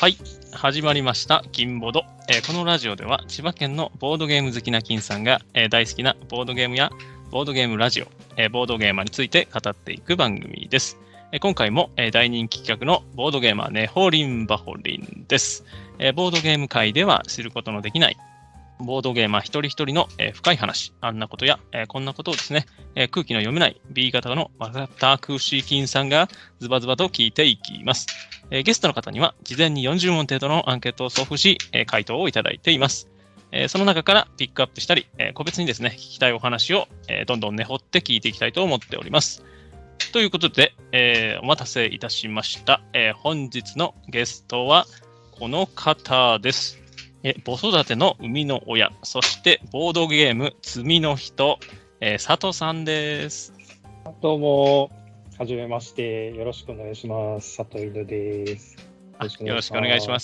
はい、始まりました金ボード、このラジオでは千葉県のボードゲーム好きな金さんが、大好きなボードゲームやボードゲームラジオ、ボードゲーマーについて語っていく番組です。今回も、大人気企画のボードゲーマーねほりんばほりんです。ボードゲーム界では知ることのできないボードゲーマー一人一人の、深い話、あんなことや、こんなことをですね、空気の読めない B 型の私金さんがズバズバと聞いていきます。ゲストの方には事前に40問程度のアンケートを送付し、回答をいただいています。その中からピックアップしたり、個別にですね、聞きたいお話を、どんどん根掘って聞いていきたいと思っております。ということで、お待たせいたしました。本日のゲストはこの方です。子育ての生みの親、そしてボードゲーム積みの人、佐藤さんです。 どうも、はじめまして、よろしくお願いします。佐藤犬です。 よろしくお願いします。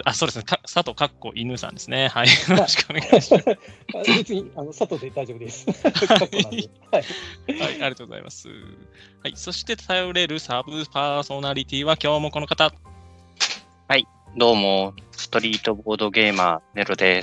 あ、そうですね。佐藤かっこ犬さんですね。はい。よろしくお願いします。 別に佐藤で大丈夫です。はい、 はい、ありがとうございます。はい。そして頼れるサブパーソナリティは今日もこの方。 はい。どうも、ストリートボードゲーマー、ネロです。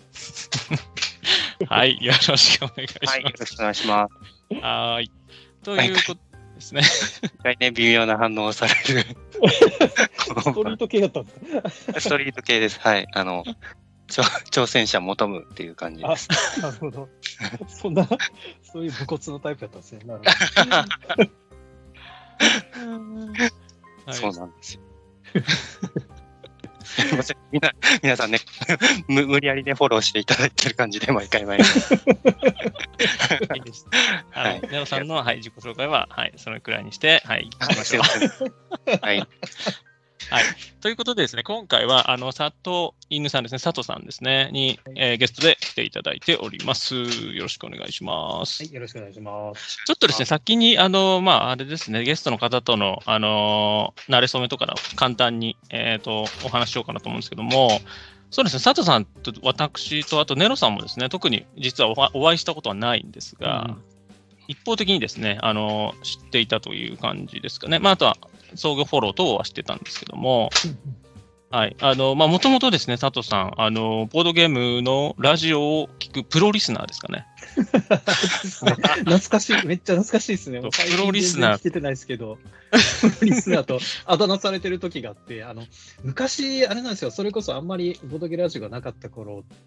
はい。よろしくお願いします。 はい。よろしくお願いします。 はい。ということですね。 一回ね、微妙な反応をされる。 ストリート系だったんですか？ ストリート系です。はい。挑戦者求むっていう感じです。 なるほど。そういう武骨のタイプだったんですね。なるほど。そうなんですよ。すみません。皆さんね、無理やりね、フォローしていただいてる感じで、毎回。いいです。 ネロさんの、自己紹介は、そのくらいにして、行きましょう。はい。ということでですね、今回は、佐藤犬さんですね、佐藤さんですね、に、ゲストで来ていただいております。よろしくお願いします。 はい、よろしくお願いします。 ちょっとですね、先に、あれですね、ゲストの方との、馴れ初めとか簡単に、お話ししようかなと思うんですけども、そうですね、佐藤さんと私と、あとネロさんもですね、特に実はお会いしたことはないんですが、一方的にですね、知っていたという感じですかね。あとは、創業フォロー等は知ってたんですけども、はい。もともとですね、佐藤さん、ボードゲームのラジオを聞くプロリスナーですかね。 懐かしい、めっちゃ懐かしいですね。 プロリスナー。 聞けてないですけど、プロリスナーとあだ名されてる時があって、昔、あれなんですよ、それこそあんまりボードゲームラジオがなかった頃って、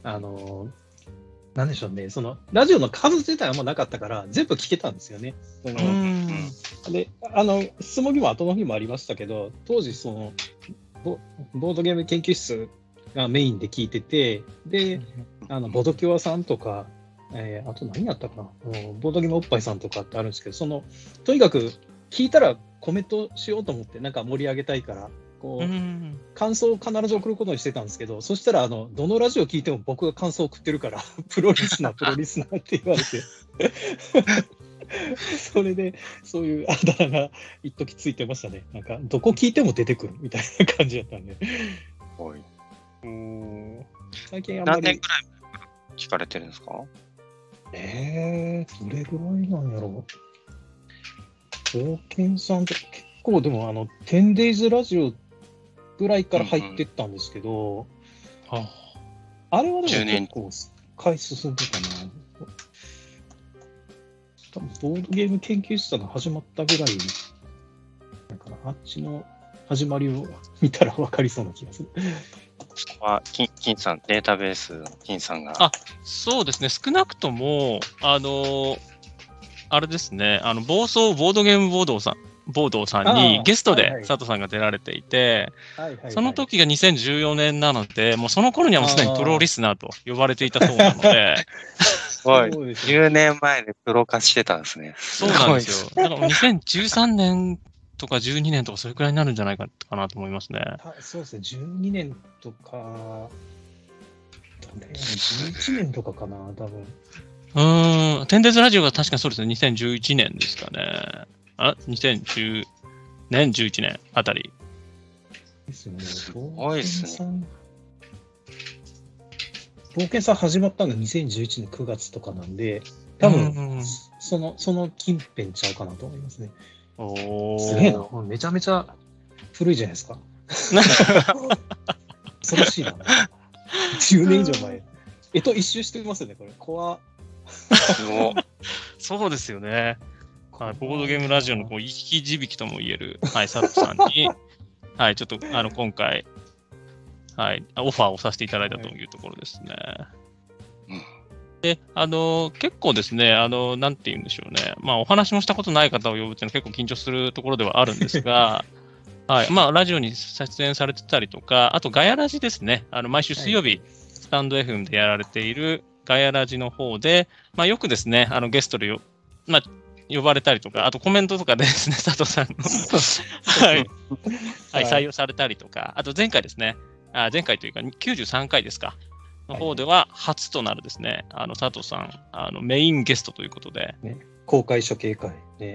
なんでしょうね、そのラジオの数自体はもうなかったから全部聞けたんですよね。で、質問にも後の日もありましたけど、当時そのボードゲーム研究室がメインで聞いてて、で、ボドキュアさんとか、あと何やったかな、ボードゲームおっぱいさんとかってあるんですけど、とにかく聞いたらコメントしようと思ってなんか盛り上げたいから。感想を必ず送ることにしてたんですけど、そしたらどのラジオ聞いても僕が感想を送ってるからプロリスナーって言われてそれでそういうあだ名が一時ついてましたね。なんかどこ聞いても出てくるみたいな感じだったんで。最近あんまり。 何年くらい聞かれてるんですか？ どれぐらいなんやろう。冒険さんと結構でも10days ラジオぐらいから入ってったんですけど、あれはでも結構回進んでたな。多分ボードゲーム研究室が始まったぐらいだから、あっちの始まりを見たら分かりそうな気がする。 金さん、データベースの金さんが。 そうですね、少なくとも、あれですね、暴走ボードゲームボードさんにゲストで佐藤さんが出られていて、その時が2014年なので、もうその頃にはもうすでにプロリスナーと呼ばれていたそうなので、 10年前でプロ化してたんですね。 そうなんですよ。だから2013年とか12年とかそれくらいになるんじゃないかなと思いますね。 そうですね、12年とか、11年とかかな、多分。 10days ラジオが確かそうですね、2011年ですかね。2010年、11年あたり。 すごいですね。 冒険さん始まったのが2011年9月とかなんで、多分その近辺ちゃうかなと思いますね。すげえな、めちゃめちゃ古いじゃないですか。 恐ろしいな。10年以上前。一周してますよね、これ。怖っ。 そうですよね。はい、ボードゲームラジオの生き字引とも言える、はい、佐藤さんに、はい、ちょっと今回、はい、オファーをさせていただいたというところですね。で、結構ですね、なんて言うんでしょうね。まあ、お話もしたことない方を呼ぶっていうのは結構緊張するところではあるんですが、はい、まあ、ラジオに出演されてたりとか、あと、ガヤラジですね。毎週水曜日、スタンド FM でやられているガヤラジの方で、まあ、よくですね、ゲストでまあ、呼ばれたりとか、あとコメントとかでですね、佐藤さんの、はい、はい、採用されたりとか、あと前回ですね、前回というか93回ですか、の方では初となるですね、佐藤さん、メインゲストということで。 ね、公開処刑会ね。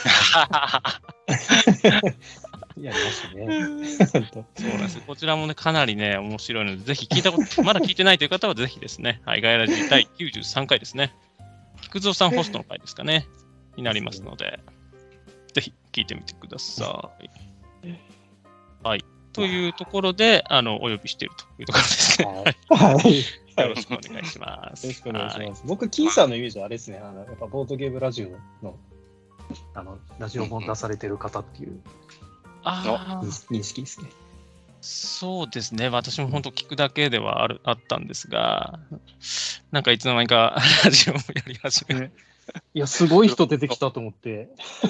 やりましたね。 そうなんです。こちらもね、かなりね、面白いので、ぜひまだ聞いてないという方はぜひですね、はい、ガヤラジ第93回ですね。菊蔵さんホストの回ですかね。になりますので、ぜひ聞いてみてください。はい。というところで、お呼びしているというところですね。 はい。 よろしくお願いします。 よろしくお願いします。僕、金さんのイメージはあれですね、やっぱボードゲームラジオの、ラジオ本出されてる方っていう認識ですね。 そうですね。私も本当聞くだけではあったんですが、なんかいつの間にかラジオもやり始めて。 いや、すごい人出てきたと思って、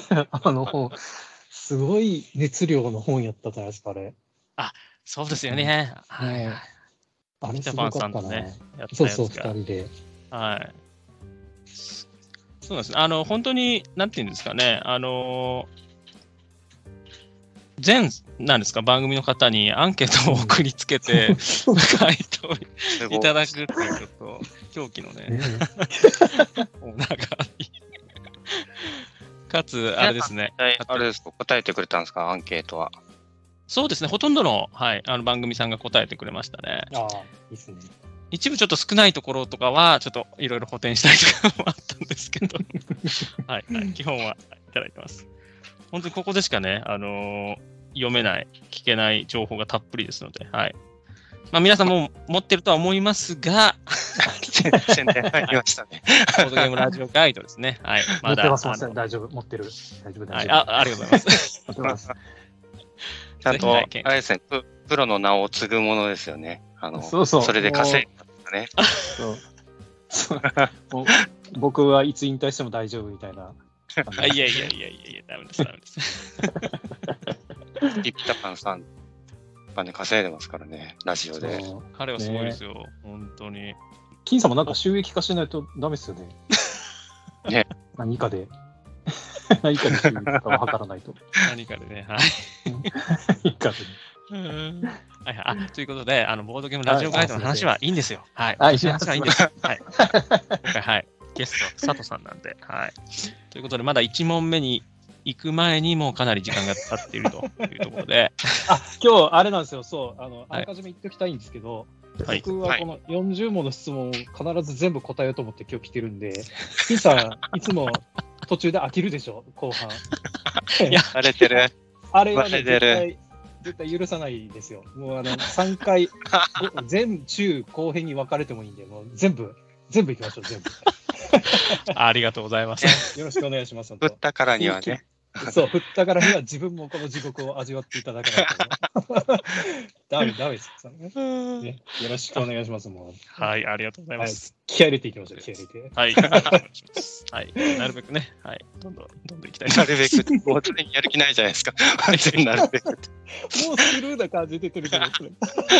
すごい熱量の本やったじゃないですか、あれ。 そうですよね。はい。 あれすごかったな。 ね、 そうそう、2人で。 はい。そうなんですね。本当に、なんていうんですかね、なんですか、番組の方にアンケートを送りつけて、回答いただくっていう、ちょっと、狂気のね、長い。かつ、あれですね。 あれですか、答えてくれたんですか、アンケートは。 そうですね、ほとんどの、はい、番組さんが答えてくれましたね。 ああ、いいですね。 一部ちょっと少ないところとかは、ちょっといろいろ補填したりとかもあったんですけど、はい、基本はいただいてます。本当にここでしかね、読めない、聞けない情報がたっぷりですので、はい。まあ、皆さんも持ってるとは思いますが、 宣伝入りましたね。 ボードゲームラジオガイドですね。はい。 まだ持ってます、大丈夫、持ってる。大丈夫、大丈夫。 ありがとうございます。 持ってます。 ちゃんと、あれですね、プロの名を継ぐものですよね。 そうそう。 それで稼いだんですね。 そう。僕はいつ引退しても大丈夫みたいな。 いや、ダメです。 ピピタパンさん、稼いでますからね、ラジオで。 彼はすごいですよ、本当に。 金さんもなんか収益化しないとダメですよね。 ね。 何かで収益化を図らないと。 何かでね、はい。 何かではい。ということで、ボードゲームラジオガイドの話はいいんですよ。はい。 話はいいんです。はい。今回、はい。ゲストは佐藤さんなんで、はい。ということで、まだ1問目に行く前にもうかなり時間が経っているというところで。 今日、あれなんですよ、そう、あらかじめ言っておきたいんですけど、僕はこの40問の質問を必ず全部答えようと思って今日来てるんで、金さん、いつも途中で飽きるでしょ、後半。 いや、バレてる。 あれはね、絶対許さないですよ。もう3回、前中後編に分かれてもいいんで、もう全部いきましょう、全部。 ありがとうございます。 よろしくお願いします。 振ったからにはね。 そう、振ったからには自分もこの地獄を味わっていただかないと。ダメです。ね、よろしくお願いします。もうはい、ありがとうございます。 気合入れていきましょう、気合入れて。 はい、なるべくね、はい、どんどんいきたいなるべく、もうそれにやる気ないじゃないですか。なるべく。 もうスルーな感じ出てるけど、それ。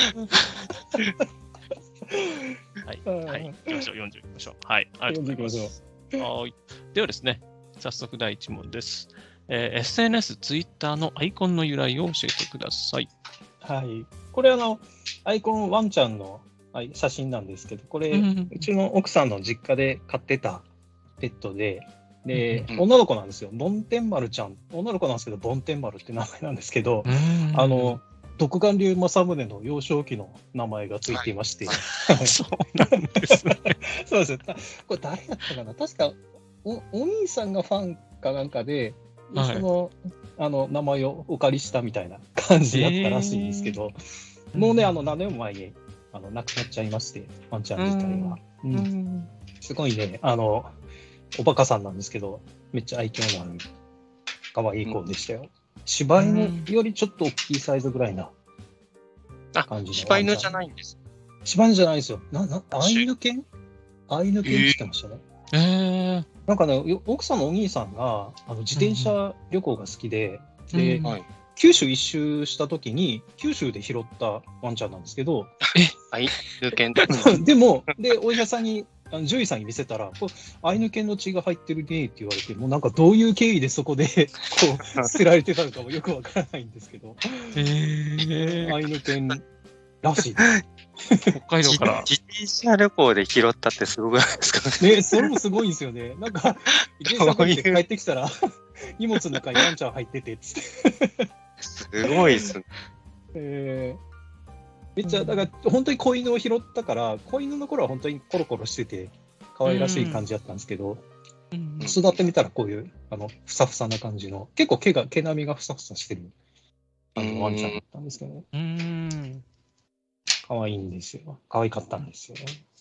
はい、行きましょう、40行きましょう。はい、ありがとうございます。はい。ではですね、早速第1問です。SNS、Twitter のアイコンの由来を教えてください。 はい。これアイコンワンちゃんの写真なんですけど、これ、うちの奥さんの実家で飼ってたペットで、女の子なんですよ。ボンテンマルちゃん。女の子なんですけど、ボンテンマルって名前なんですけど、独眼竜政宗の幼少期の名前がついていまして。 そうなんですね。 そうです。これ誰だったかな、確かお兄さんがファンかなんかで、その名前をお借りしたみたいな感じだったらしいんですけど、もうね、何年も前に亡くなっちゃいまして、ワンちゃん自体は。すごいね、おバカさんなんですけど、めっちゃ愛嬌のある、可愛い子でしたよ。柴犬よりちょっと大きいサイズぐらいな感じの。 柴犬じゃないんです。 柴犬じゃないですよ。アイヌ犬って言ってましたね。なんかね、奥さんのお兄さんが自転車旅行が好きで、で、九州一周したときに、九州で拾ったワンちゃんなんですけど、 アイヌ犬でも、お医者さんに、獣医さんに見せたら、アイヌ犬の血が入ってるねって言われて、もうなんかどういう経緯でそこで捨てられてたのかもよくわからないんですけど、アイヌ犬らしいです。 北海道から自転車旅行で拾ったってすごくないですかね。それもすごいんですよね。なんか、自転車で帰ってきたら、荷物の中にワンちゃん入ってて、つって。 すごいっすね。 めっちゃ、だから本当に子犬を拾ったから、子犬の頃は本当にコロコロしてて、可愛らしい感じだったんですけど、育ってみたらこういう、ふさふさな感じの、結構毛並みがふさふさしてる、ワンちゃんだったんですけど、可愛いんですよ。可愛かったんですよ。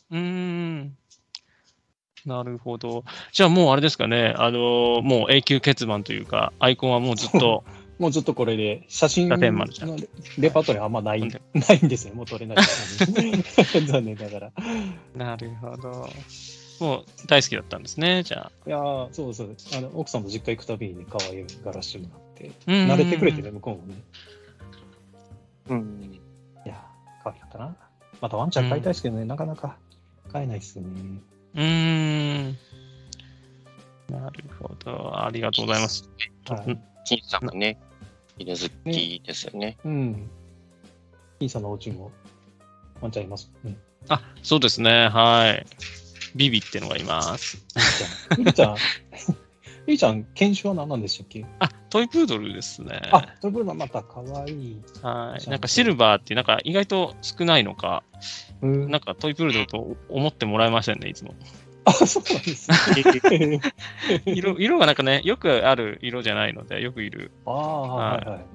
なるほど。じゃあもうあれですかね、もう永久欠番というか、アイコンはもうずっと。 もうずっとこれで、写真のレパートリーあんまないんですよ。もう撮れない。残念ながら。 なるほど。もう大好きだったんですね、じゃあ。 いやー、そうそう。奥さんの実家行くたびにね、可愛いがらしてもらって、慣れてくれてね、向こうもね。いやー、可愛かったな。またワンちゃん飼いたいですけどね、なかなか飼えないですよね。 なるほど。ありがとうございます。 金さんもね、犬好きですよね。 金さんのお家にもワンちゃんいますね。 あ、そうですね。はい。ビビってのがいます。 ビビちゃん、犬種は何なんでしたっけ？ トイプードルですね。 トイプードルまた可愛い。 はい。なんかシルバーってなんか意外と少ないのか、なんかトイプードルと思ってもらえませんね、いつも。 そうなんですね。 色がなんかね、よくある色じゃないので、よくいる。 はいはい。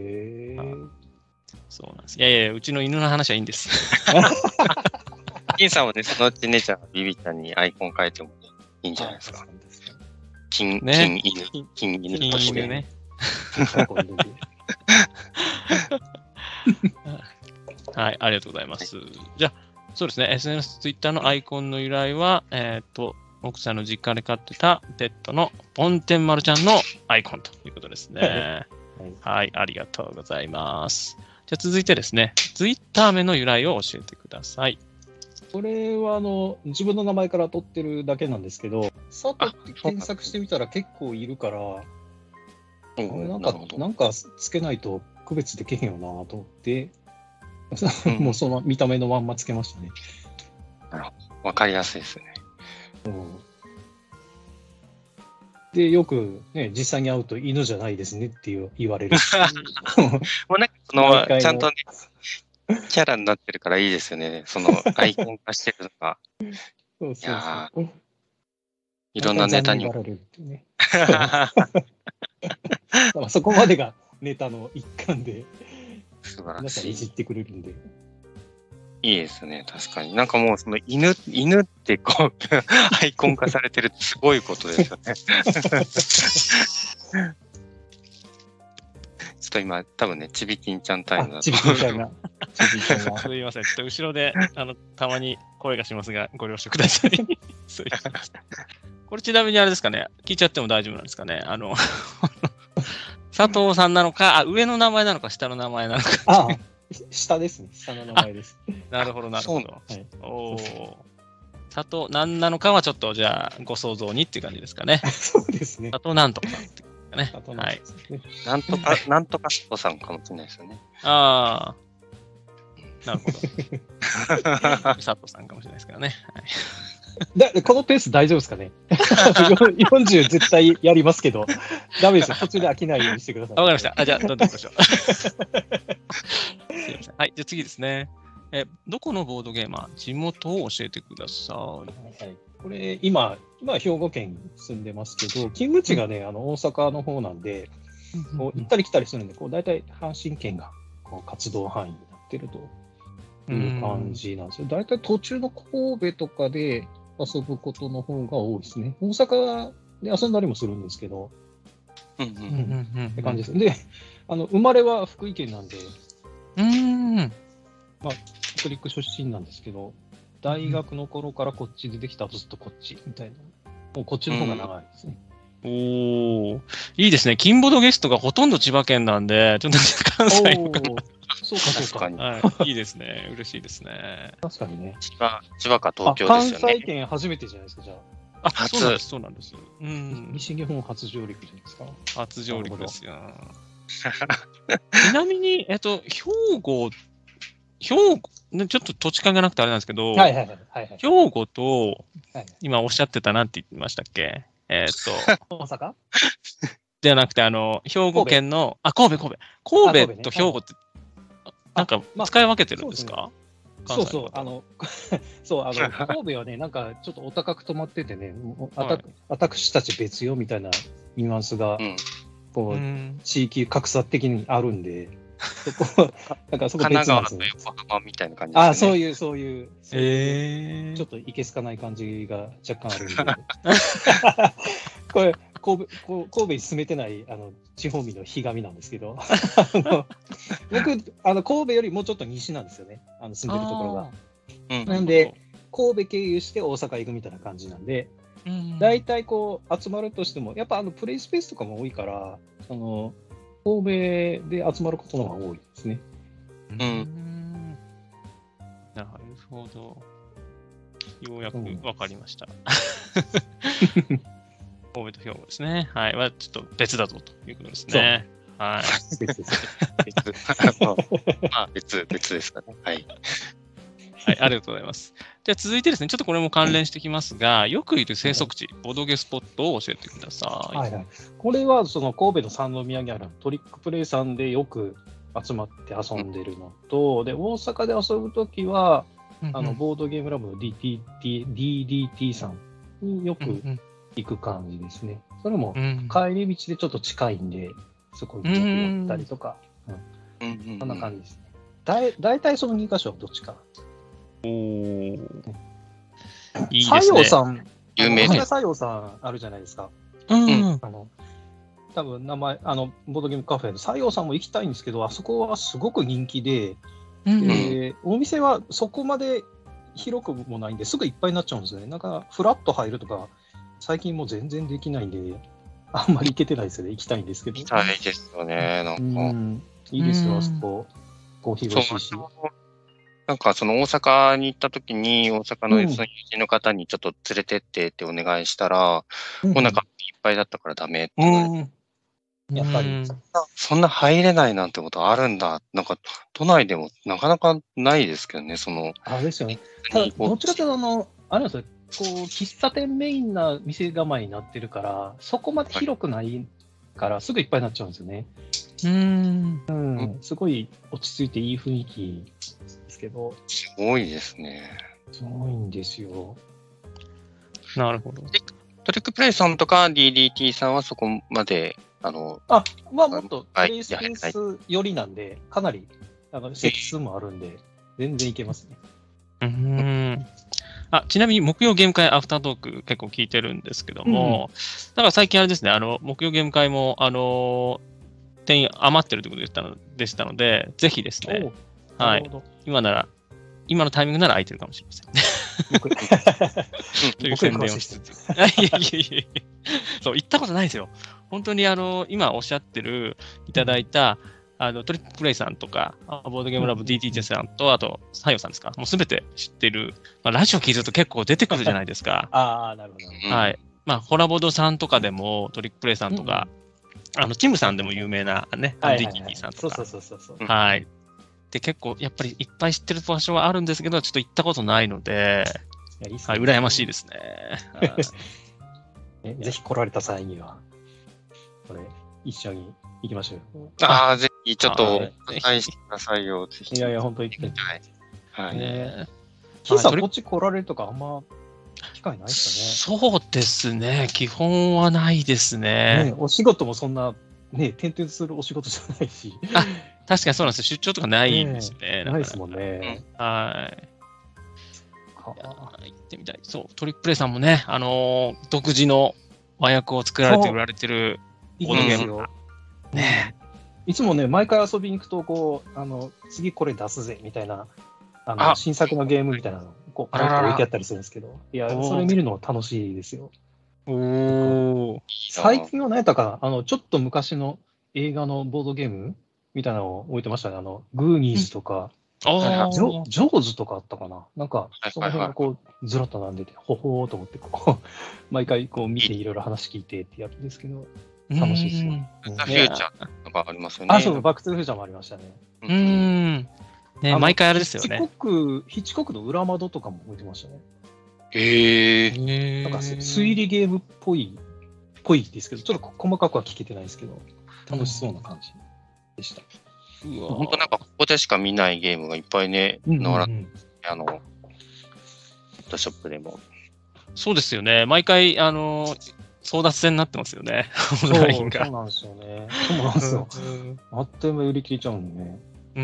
そうなんです。いや、うちの犬の話はいいんです。 金さんもね、そのうちね、じゃあビビちゃんにアイコン変えてもいいんじゃないですか。金犬ね。はい、ありがとうございます。じゃあ、そうですね、SNS、Twitter のアイコンの由来は、奥さんの実家で飼ってたペットのポンテンマルちゃんのアイコンということですね。はい、ありがとうございます。じゃあ続いてですね、Twitter 名の由来を教えてください。 これは自分の名前から取ってるだけなんですけど、佐藤って検索してみたら結構いるから、なんかつけないと区別できへんよなと思って、もうその見た目のまんまつけましたね。 なるほど。わかりやすいですね。 で、よくね、実際に会うと犬じゃないですねって言われる。 もうなんかちゃんとね、キャラになってるからいいですよね。そのアイコン化してるのが。いろんなネタに。 そこまでがネタの一環で、 素晴らしい。 皆さんいじってくれるんで。 いいですね、確かに。なんかもうその犬ってこう、アイコン化されてるってすごいことですよね。ちょっと今、多分ね、ちびきんちゃんタイムだと。 ちびきんちゃんが。 すみません。ちょっと後ろで、たまに声がしますが、ご了承ください。これちなみにあれですかね、聞いちゃっても大丈夫なんですかね。佐藤さんなのか、上の名前なのか、下の名前なのか。 下ですね。下の名前です。 なるほど、なるほど。佐藤何なのかはちょっとじゃあご想像にっていう感じですかね。 そうですね。 佐藤なんとかっていうかね。はい。 なんとか佐藤さんかもしれないですよね。 なるほど。佐藤さんかもしれないですからね。 このペース大丈夫ですかね？40絶対やりますけど、ダメですよ。途中で飽きないようにしてください。 わかりました。じゃあ、どんどん行きましょう。すいません。はい、じゃあ次ですね。どこのボードゲーマー、地元を教えてください。 これ、今兵庫県住んでますけど、勤務地がね、大阪の方なんで、 こう行ったり来たりするんで、こう大体阪神圏がこう活動範囲になってるという感じなんですよ。大体途中の神戸とかで遊ぶことの方が多いですね。大阪で遊んだりもするんですけど、って感じです。で、生まれは福井県なんで、トリック出身なんですけど、大学の頃からこっち出てきたとずっとこっちみたいな。もうこっちの方が長いですね。 おー、いいですね。金ボドゲストがほとんど千葉県なんで、ちょっと関西の方。 そうかそうか。 はい、いいですね。嬉しいですね。 確かにね。 千葉か東京ですよね。 関西圏初めてじゃないですか、じゃあ。そうなんです。 西日本初上陸じゃないですか。 初上陸ですよ。ちなみに、兵庫、ちょっと土地勘がなくてあれなんですけど、兵庫と、今おっしゃってたなんて言ってましたっけ？ 大阪ではなくて、兵庫県の、神戸と兵庫って、なんか使い分けてるんですか？ そう、神戸はね、なんかちょっとお高く泊まっててね、私たち別よみたいなニュアンスが、こう、地域格差的にあるんで、なんかそこ別なんですよね。 神奈川と横浜みたいな感じですね。 そういう、ちょっといけすかない感じが若干あるんで。これ、神戸に住めてない地方民のひがみなんですけど、僕、神戸よりもうちょっと西なんですよね、住んでるところが。なんで、神戸経由して大阪行くみたいな感じなんで、大体こう集まるとしても、やっぱプレイスペースとかも多いから、神戸で集まることの方が多いですね。 なるほど。ようやく分かりました。神戸と兵庫ですね。はい。はちょっと別だぞということですね。はい。 別です。 別ですかね。はい。 はい、ありがとうございます。じゃあ続いてですね、ちょっとこれも関連してきますが、よくいる生息地、ボドゲスポットを教えてください。 これはその神戸の三宮にあるトリックプレイさんでよく集まって遊んでるのと、で、大阪で遊ぶときは、ボードゲームラボの DDT さんによく行く感じですね。それも帰り道でちょっと近いんで、そこに寄ったりとか、そんな感じですね。だいたいその2箇所はどっちか。 いいですね。 西洋さん、 有名です。 西洋さんあるじゃないですか。多分名前、ボードゲームカフェで西洋さんも行きたいんですけど、あそこはすごく人気で、お店はそこまで広くもないんですぐいっぱいになっちゃうんですよね。なんかフラッと入るとか、最近もう全然できないんで、あんまり行けてないですよね。行きたいんですけど。 行きたいですよね、なんか。 いいですよ、あそこ。コーヒー美味しいし。 なんかその大阪に行った時に、大阪のその友人の方にちょっと連れてってお願いしたら、もうなんかいっぱいだったからダメって言われて。 やっぱり。 そんな入れないなんてことあるんだ。なんか都内でもなかなかないですけどね、 あれですよね。ただ、どっちかというと、あれなんですよ。こう、喫茶店メインな店構えになってるから、そこまで広くないから、すぐいっぱいになっちゃうんですよね。すごい落ち着いていい雰囲気ですけど。 すごいですね。 すごいんですよ。 なるほど。 トリックプレイさんとか DDT さんはそこまで、 もっとプレイスペース寄りなんで、かなり席数もあるんで、全然いけますね。 ちなみに木曜ゲーム会アフタートーク結構聞いてるんですけども、だから最近あれですね、木曜ゲーム会も、定員余ってるということでしたので、ぜひですね、はい、今のタイミングなら空いてるかもしれません。という宣伝をしつつ。そう、行ったことないですよ。本当に今おっしゃっていただいた、トリックプレイさんとか、ボードゲームラブ DTJ さんと、あと、西洋さんですか、もうすべて知ってる、ラジオ聞いてると結構出てくるじゃないですか。 なるほど。 はい。ホラボドさんとかでも、トリックプレイさんとか、チムさんでも有名なね、DTT さんとか。はい。で、結構、やっぱりいっぱい知ってる場所はあるんですけど、ちょっと行ったことないので、羨ましいですね。ぜひ来られた際には、これ、一緒に行きましょう。 ぜひ、ちょっと、お願いしてくださいよ。ぜひ。 いや、本当に行きたい。 はい。 キーさん、こっち来られるとか、あんま機会ないですかね。 そうですね。基本はないですね。 お仕事もそんなね、転々するお仕事じゃないし。 確かにそうなんですよ。出張とかないんですよね。 ないですもんね。 はい。行ってみたい。そう、トリプレイさんもね、独自の和訳を作られて売られてるボードゲームね。いつもね、毎回遊びに行くと、こう、次これ出すぜ、みたいな、新作のゲームみたいなの、こう、パラッと置いてあったりするんですけど、いや、それ見るの楽しいですよ。最近は何やったかな、ちょっと昔の映画のボードゲームみたいなのを置いてましたね。グーニーズとか、ジョーズとかあったかな。なんか、その辺がこう、ずらっと並んでて、ほほーと思って、こう、毎回こう見ていろいろ話聞いてってやつですけど、楽しいですよ。 フューチャーとかありますよね。 そう、バックトゥフューチャーもありましたね。 ね、毎回あれですよね。 ヒッチコックの裏窓とかも置いてましたね。なんか推理ゲームっぽいですけど、ちょっと細かくは聞けてないですけど、楽しそうな感じでした。 本当なんかここでしか見ないゲームがいっぱいね、ショップでも。 そうですよね。毎回、争奪戦になってますよね。 そうなんですよね。そうなんですよ。あっという間売り切れちゃうんでね。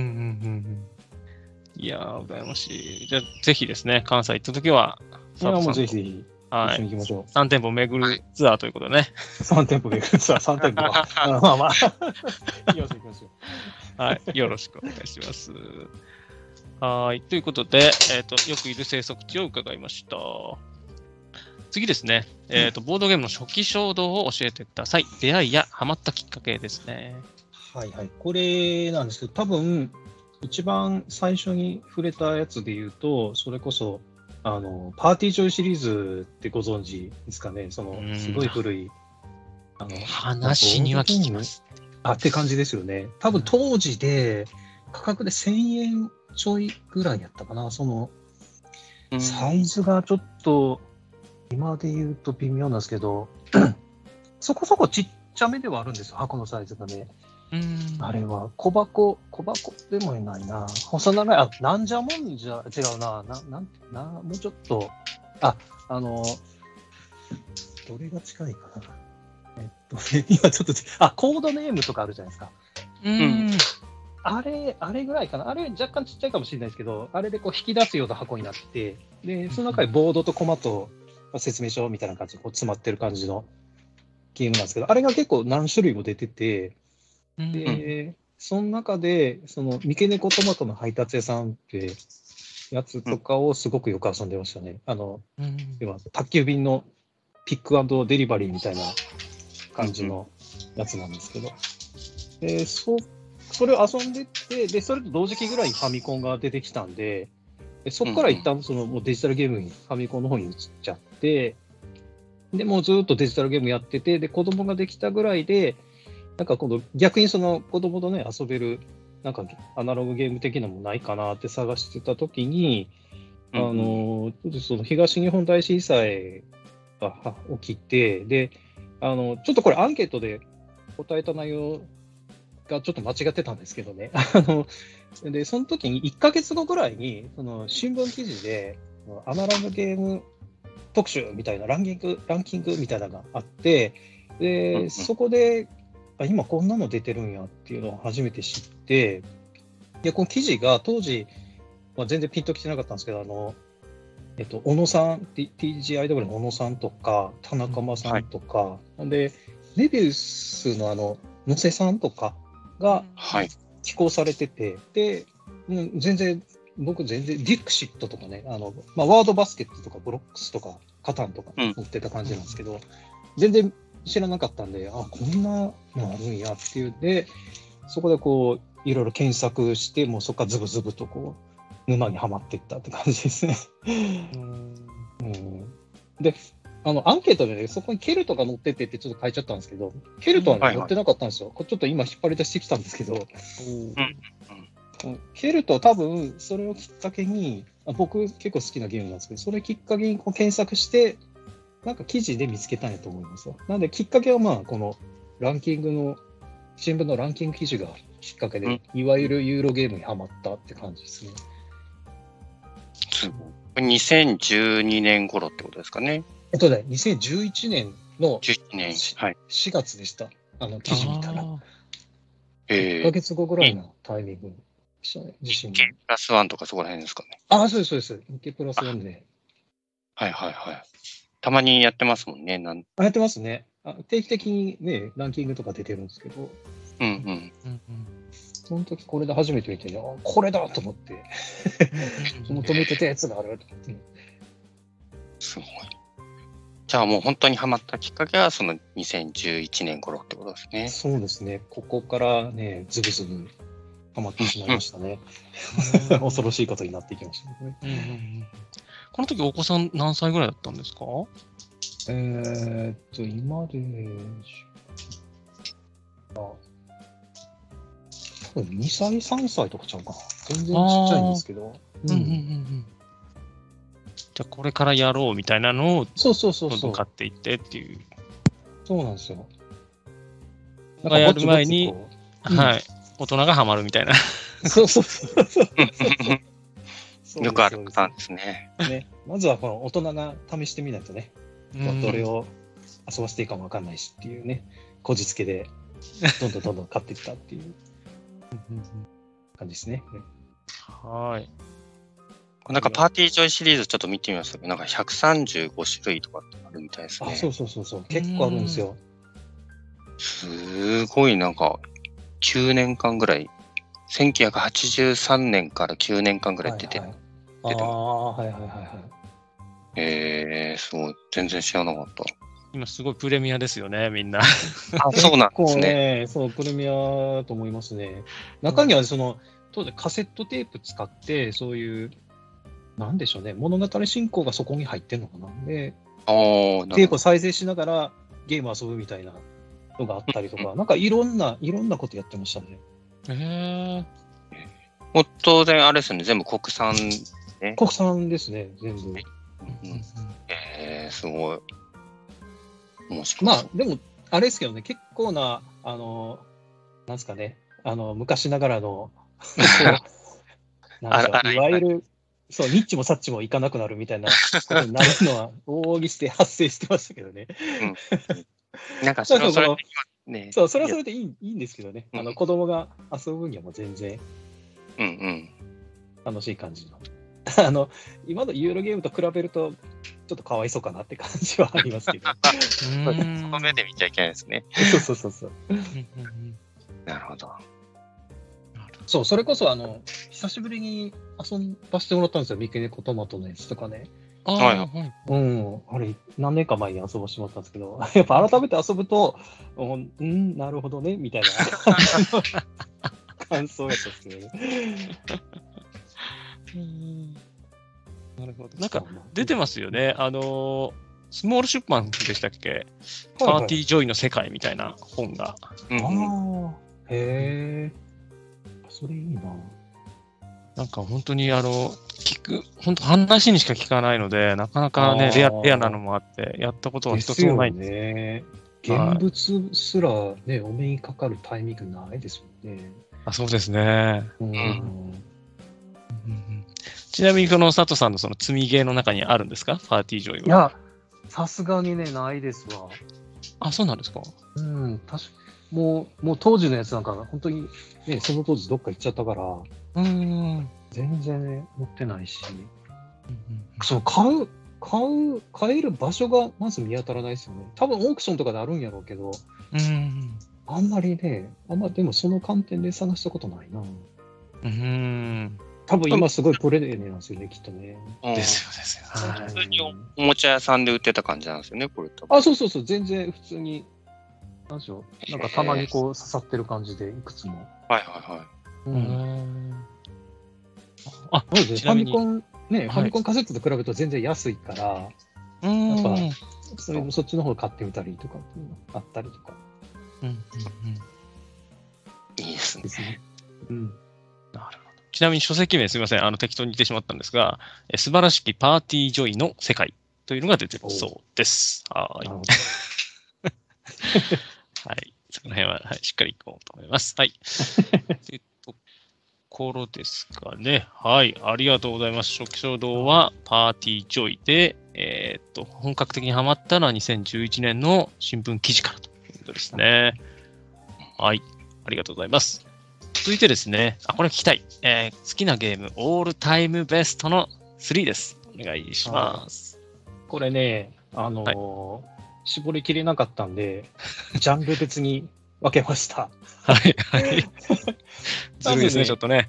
いやー、羨ましい。じゃあ、ぜひですね、関西行ったときは、 いや、もうぜひぜひ、 一緒に行きましょう。 3店舗巡るツアーということでね。 3店舗巡るツアー、3店舗は。まあまあ。行きましょう。 はい、よろしくお願いします。はい、ということで、よくいる生息地を伺いました。次ですね、ボードゲームの初期衝動を教えてください。出会いやハマったきっかけですね。 はいはい。これなんですけど、多分、一番最初に触れたやつで言うと、それこそ、パーティージョイシリーズってご存知ですかね。すごい古い。 話には聞きます。 って感じですよね。多分当時で、価格で1000円ちょいぐらいやったかな。サイズがちょっと、今で言うと微妙なんですけど、そこそこちっちゃめではあるんですよ、箱のサイズがね。あれは小箱でもないな。細長い、なんじゃもんじゃ、違うな。もうちょっと、どれが近いかな。今ちょっと、コードネームとかあるじゃないですか。あれぐらいかな。あれ若干ちっちゃいかもしれないですけど、あれでこう引き出すような箱になってて、で、その中にボードとコマと説明書みたいな感じでこう詰まってる感じのゲームなんですけど、あれが結構何種類も出てて、で、その中で、三毛猫トマトの配達屋さんってやつとかをすごくよく遊んでましたね。要は宅急便のピック&デリバリーみたいな感じのやつなんですけど、それを遊んでって、で、それと同時期ぐらいにファミコンが出てきたんで、そこから一旦もうデジタルゲームにファミコンの方に移っちゃって、で、もうずっとデジタルゲームやってて、で、子供ができたぐらいで、なんか今度逆に子供とね、遊べる、なんかアナログゲーム的なものないかなって探してたときに、ちょっと東日本大震災が起きて、で、ちょっとこれアンケートで答えた内容がちょっと間違ってたんですけどね。で、その時に1ヶ月後ぐらいに、新聞記事で、アナログゲーム特集みたいなランキングみたいなのがあって、で、そこで、今こんなの出てるんやっていうのを初めて知って、で、この記事が当時、全然ピンときてなかったんですけど、小野さん、TGIW の小野さんとか、田中間さんとか、で、メビウスの野瀬さんとかが寄稿されてて、で、僕全然、ディクシットとかね、ワードバスケットとかブロックスとかカタンとか持ってた感じなんですけど、全然知らなかったんで、こんなのあるんやっていうで、そこでこう、いろいろ検索して、もうそこからズブズブとこう、沼にはまっていったって感じですね。で、アンケートでね、そこにケルトが載っててってちょっと書いちゃったんですけど、ケルトは、ね載ってなかったんですよ。これちょっと今引っ張り出してきたんですけど、ケルト多分それをきっかけに、僕結構好きなゲームなんですけど、それきっかけにこう検索して、なんか記事で見つけたんやと思いますよ。なんできっかけはこのランキングの、新聞のランキング記事がきっかけで、いわゆるユーロゲームにハマったって感じですね。 2012年頃ってことですかね。 2011年の 11年、 4月でした。 記事見たら。 あ 1ヶ月後ぐらいのタイミングでしたね、地震日経プラスワンとかそこら辺ですかね。 そうです、そうです。日経プラスワンで。 はいはいはい。たまにやってますもんね。 やってますね。定期的にね、ランキングとか出てるんですけど、 うんうん。 ーうんうんその時これで初めて見てね、これだと思って、求めてたやつがあると思って。 すごい。じゃあもう本当にハマったきっかけはその2011年頃ってことですね。 そうですね。ここからね、ズブズブハマってしまいましたね。恐ろしいことになっていきましたね。 うんうんうん、この時お子さん何歳ぐらいだったんですか？ 今で、多分2歳、3歳とかちゃうかな。全然ちっちゃいんですけど。 じゃあこれからやろうみたいなのをそうどんどん買っていってっていう。 そうなんですよ。 がやる前に、 うんはい、大人がハマるみたいな。 そうそうそうそうよくあるパターンですね。 まずはこの大人が試してみないとね、どれを遊ばせていいかもわかんないしっていうね、こじつけでどんどん買っていったっていう感じですね。 はい。 なんかパーティージョイシリーズちょっと見てみましたけど、なんか135種類とかってあるみたいですね。 そう。結構あるんですよ。 すごいなんか9年間ぐらい、1983年から9年間ぐらい出てる。すごい。全然知らなかった。 今すごいプレミアですよね、みんな。 そうなんですね。 そう、プレミアと思いますね。中には当時カセットテープ使って、そういう、なんでしょうね、物語進行がそこに入ってんのかな。で、テープを再生しながらゲーム遊ぶみたいなのがあったりとか、なんかいろんなことやってましたね。 もう当然あれですよね、全部国産、 ね。国産ですね、全部。 すごい。面白い。 まあ、でも、あれですけどね、結構な、なんですかね、昔ながらの、いわゆる、そう、ニッチもサッチもいかなくなるみたいなことになるのは、大きして発生してましたけどね。 なんかそれはそれで、それはそれでいいんですけどね、子供が遊ぶにはもう全然、楽しい感じの。今のユーロゲームと比べると、ちょっとかわいそうかなって感じはありますけど。 その目で見ちゃいけないですね。 そう。 なるほど。 そう、それこそ久しぶりに遊ばせてもらったんですよ、三毛猫トマトのやつとかね。あれ、何年か前に遊ばせてもらったんですけど、やっぱ改めて遊ぶと、なるほどね、みたいな感想やったんですけどね。 なるほど。なんか出てますよね。スモール出版でしたっけ？パーティージョイの世界みたいな本が。 へえ。それいいな。 なんか本当に本当話にしか聞かないので、なかなかね、レアなのもあって、やったことは一つもないんです。 現物すらね、お目にかかるタイミングないですもんね。 そうですね。ちなみに、佐藤さんのその積みゲーの中にあるんですか？パーティージョイは。 いや、さすがにね、ないですわ。 そうなんですか？ もう当時のやつなんか、本当にね、その当時どっか行っちゃったから、全然ね、持ってないし、買える場所がまず見当たらないですよね。多分オークションとかであるんやろうけど、あんまりね、でもその観点で探したことないな。多分今すごいプレネなんですよね、きっとね。 ですよ。 普通におもちゃ屋さんで売ってた感じなんですよね、これ多分。 そう、全然普通に、なんかたまにこう刺さってる感じで、いくつも。 ファミコンカセットと比べると全然安いから、やっぱ、そっちの方買ってみたりとかあったりとか。 いいですね。 なるほど。ちなみに書籍名すみません、適当に言ってしまったんですが、素晴らしきパーティージョイの世界というのが出てるそうです。はい。その辺は、しっかりいこうと思います。というところですかね。はい、ありがとうございます。初期衝動はパーティージョイで、本格的にハマったのは2011年の新聞記事からということですね。 はい。ありがとうございます。続いてですね、これ聞きたい。好きなゲーム、オールタイムベストの3です。お願いします。 これね、絞りきれなかったんで、ジャンル別に分けました。 はい、はい。ずるいですね、ちょっとね。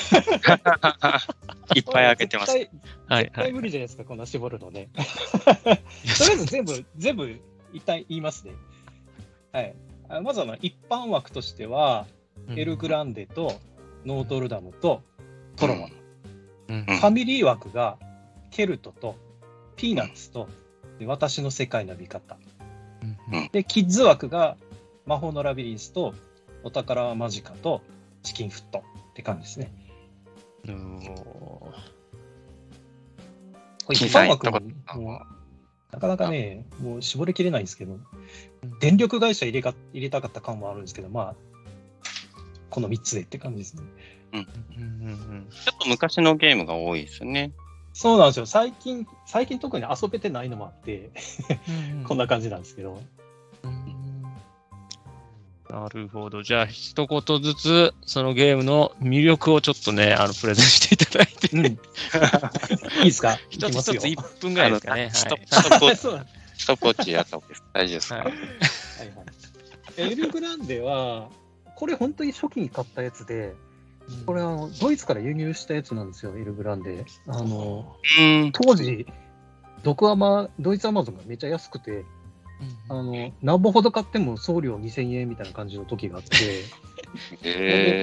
いっぱい開けてます。 絶対無理じゃないですか、こんな絞るのね。とりあえず全部一旦言いますね。はい。まず一般枠としては、エルグランデとノートルダムとトロワ。ファミリー枠がケルトとピーナッツと私の世界の見方。で、キッズ枠が魔法のラビリンスとお宝はマジカとチキンフットって感じですね。一般枠もなかなかね、もう絞りきれないんですけど、電力会社入れたかった感もあるんですけど、まあ、この3つでって感じですね。 ちょっと昔のゲームが多いですね。 そうなんですよ。最近特に遊べてないのもあってこんな感じなんですけど。 なるほど。じゃあ、一言ずつ、そのゲームの魅力をちょっとね、プレゼンしていただいて。 いいですか？ 一つ一つ1分ぐらいですかね。 ストップウォッチやった方がいいです。大丈夫ですか？はいはい。 エルグランデは、これ本当に初期に買ったやつで、これドイツから輸入したやつなんですよ、エルグランデ。当時、ドイツアマゾンがめっちゃ安くて、何本ほど買っても送料2000円みたいな感じの時があって、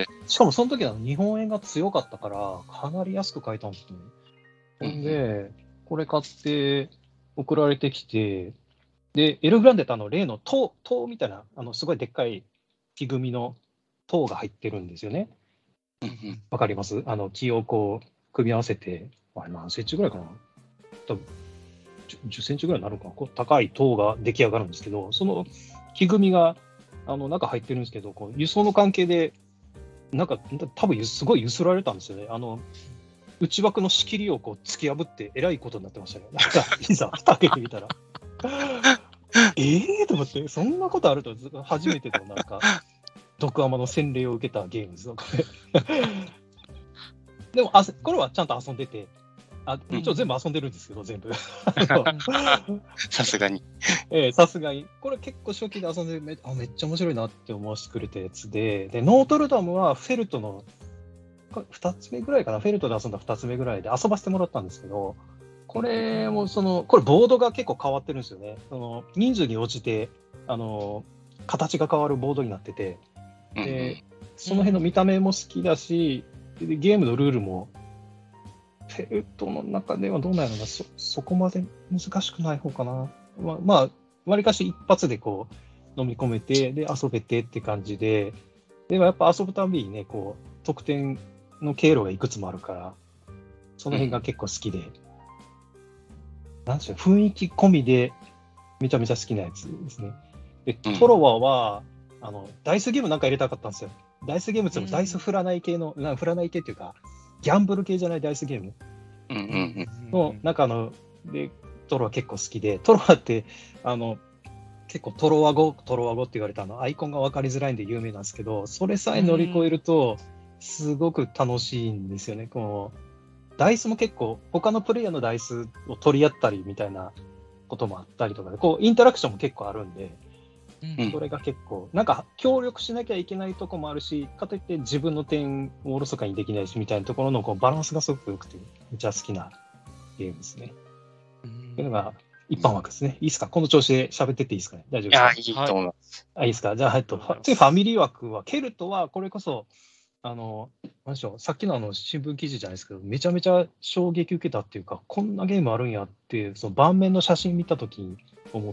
しかもその時は日本円が強かったから、かなり安く買えたんですね。で、これ買って送られてきて、で、エルグランデって例の塔みたいな、すごいでっかい木組みの塔が入ってるんですよね。わかります？木をこう、組み合わせて、何センチぐらいかな？多分10センチぐらいになるかな、高い塔が出来上がるんですけど、その木組みが中入ってるんですけど、輸送の関係で、多分すごい揺すられたんですよね。内枠の仕切りを突き破って、えらいことになってましたね。いざ開けてみたら。と思って、そんなことあると、初めての毒アマの洗礼を受けたゲームですよ、これ。でもこれはちゃんと遊んでて、一応全部遊んでるんですけど、全部。 さすがに。 さすがに。これ結構初期で遊んでめっちゃ面白いなって思わせてくれたやつで、ノートルダムはフェルトの2つ目ぐらいかな、フェルトで遊んだ2つ目ぐらいで遊ばせてもらったんですけど、これもこれボードが結構変わってるんですよね。人数に応じて、形が変わるボードになってて、で、その辺の見た目も好きだし、ゲームのルールも、フェルトの中ではどうなんやろな、そこまで難しくない方かな。まあ、わりかし一発で飲み込めて、で、遊べてって感じで、でもやっぱ遊ぶたびにね、得点の経路がいくつもあるから、その辺が結構好きで、なんでしょう、雰囲気込みでめちゃめちゃ好きなやつですね。で、トロワは、ダイスゲームなんか入れたかったんですよ。ダイスゲームってダイス振らない系の、振らない系っていうか、ギャンブル系じゃないダイスゲームの中で、トロワ結構好きで、トロワって、結構トロワ語って言われたアイコンが分かりづらいんで有名なんですけど、それさえ乗り越えると、すごく楽しいんですよね。ダイスも結構、他のプレイヤーのダイスを取り合ったりみたいなこともあったりとかで、インタラクションも結構あるんで、それが結構、協力しなきゃいけないとこもあるし、かといって自分の点をおろそかにできないしみたいなところのバランスがすごく良くて、めっちゃ好きなゲームですね。というのが一般枠ですね。いいですか？この調子で喋ってっていいですかね？大丈夫ですか？ いいと思います。 いいですか？じゃあ、次ファミリー枠は、ケルトはこれこそ、なんでしょう、さっきの新聞記事じゃないですけど、めちゃめちゃ衝撃受けたっていうか、こんなゲームあるんやって、その盤面の写真見たときに思って、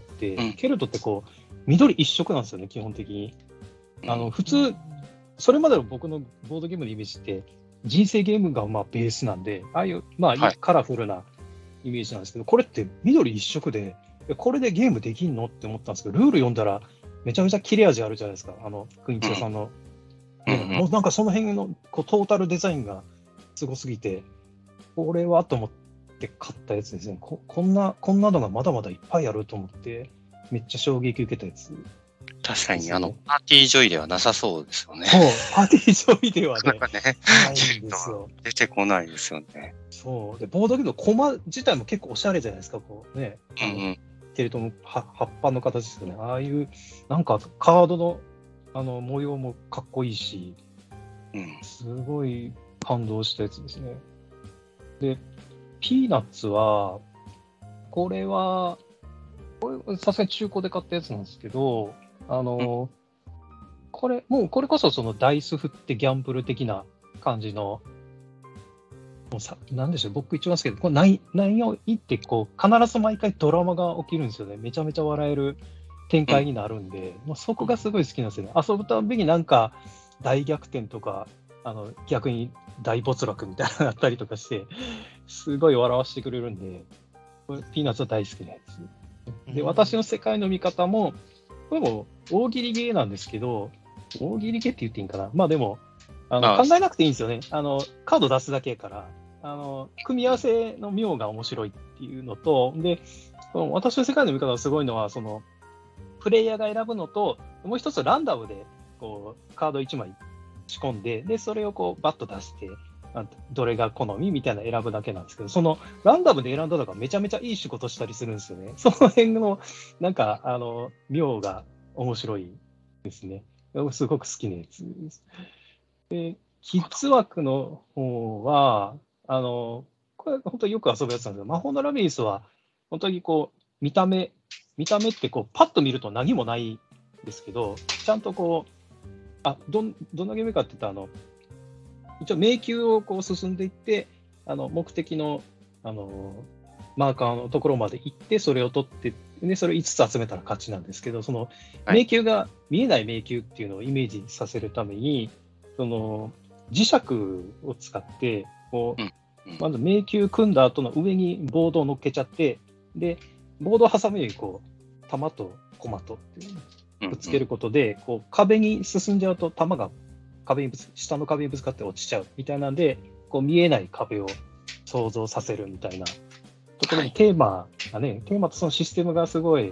ケルトって緑一色なんですよね、基本的に。普通、それまでの僕のボードゲームのイメージって、人生ゲームがベースなんで、ああいう、カラフルなイメージなんですけど、これって緑一色で、これでゲームできんのって思ったんですけど、ルール読んだら、めちゃめちゃ切れ味あるじゃないですか、クインチさんの。もうその辺のトータルデザインがすごすぎて、これはと思って買ったやつですね。こんなのがまだまだいっぱいあると思って、めっちゃ衝撃受けたやつ。 確かに、パーティージョイではなさそうですよね。 そう、パーティージョイではね、 なんかね、 ないんですよ。 出てこないですよね。 そう。で、ボードゲームのコマ自体も結構おしゃれじゃないですか、こうね。ケルトの葉っぱの形ですよね。ああいう、なんかカードの模様もかっこいいし、すごい感動したやつですね。で、ピーナッツは、これさすがに中古で買ったやつなんですけど、これこそそのダイス振ってギャンブル的な感じの、なんでしょう、僕一番好きで、これ何を言ってこう、必ず毎回ドラマが起きるんですよね。めちゃめちゃ笑える展開になるんで、そこがすごい好きなんですよね。遊ぶたびになんか大逆転とか、逆に大没落みたいなのがあったりとかして、すごい笑わせてくれるんで、これピーナッツは大好きなやつ。で、私の世界の見方も、これも大喜利ゲーなんですけど、大喜利ゲーって言っていいんかな。まあでも、考えなくていいんですよね。カード出すだけから、組み合わせの妙が面白いっていうのと、で、私の世界の見方がすごいのは、プレイヤーが選ぶのと、もう一つランダムで、こう、カード1枚仕込んで、で、それをこう、バッと出して、どれが好みみたいな選ぶだけなんですけど、そのランダムで選んだのがめちゃめちゃいい仕事したりするんですよね。その辺の、なんか、妙が面白いですね。すごく好きなやつです。で、キッズ枠の方は、これ本当によく遊ぶやつなんですけど、魔法のラビリンスは、本当にこう、見た目ってこう、パッと見ると何もないんですけど、ちゃんとこう、どんなゲームかって言ったら、一応迷宮をこう進んでいって、目的の、マーカーのところまで行って、それを取って、で、それを5つ集めたら勝ちなんですけど、その迷宮が見えない迷宮っていうのをイメージさせるために、磁石を使って、こう、まず迷宮組んだ後の上にボードを乗っけちゃって、で、ボードを挟むように、こう、玉とコマとっていうのをくっつけることで、こう、壁に進んじゃうと玉が下の壁にぶつかって落ちちゃうみたいなんで、こう見えない壁を想像させるみたいなところにテーマとそのシステムがすごい、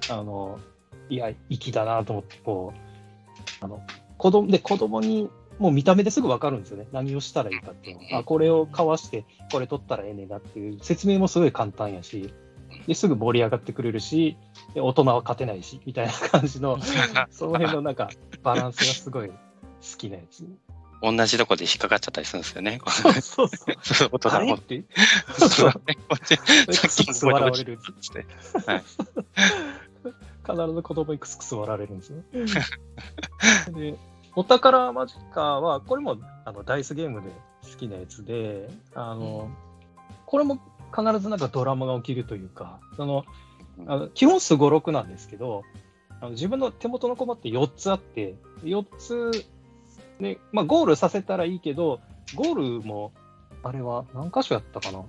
粋だなと思って、こう、子供にもう見た目ですぐ分かるんですよね。何をしたらいいかっていうの。これをかわして、これ取ったらええねんなっていう説明もすごい簡単やし、ですぐ盛り上がってくれるし、大人は勝てないし、みたいな感じの、その辺のなんかバランスがすごい好きなやつ。 同じとこで引っかかっちゃったりするんですよね。 そう。あれって。そう。さっきも笑われるんです。必ず子供にクスクス笑われるんですよ。で、お宝マジカは、これもダイスゲームで好きなやつで、これも必ずなんかドラマが起きるというか、基本すごろくなんですけど、自分の手元の駒って4つあって、4つで、ゴールさせたらいいけど、ゴールも、あれは何箇所やったかな。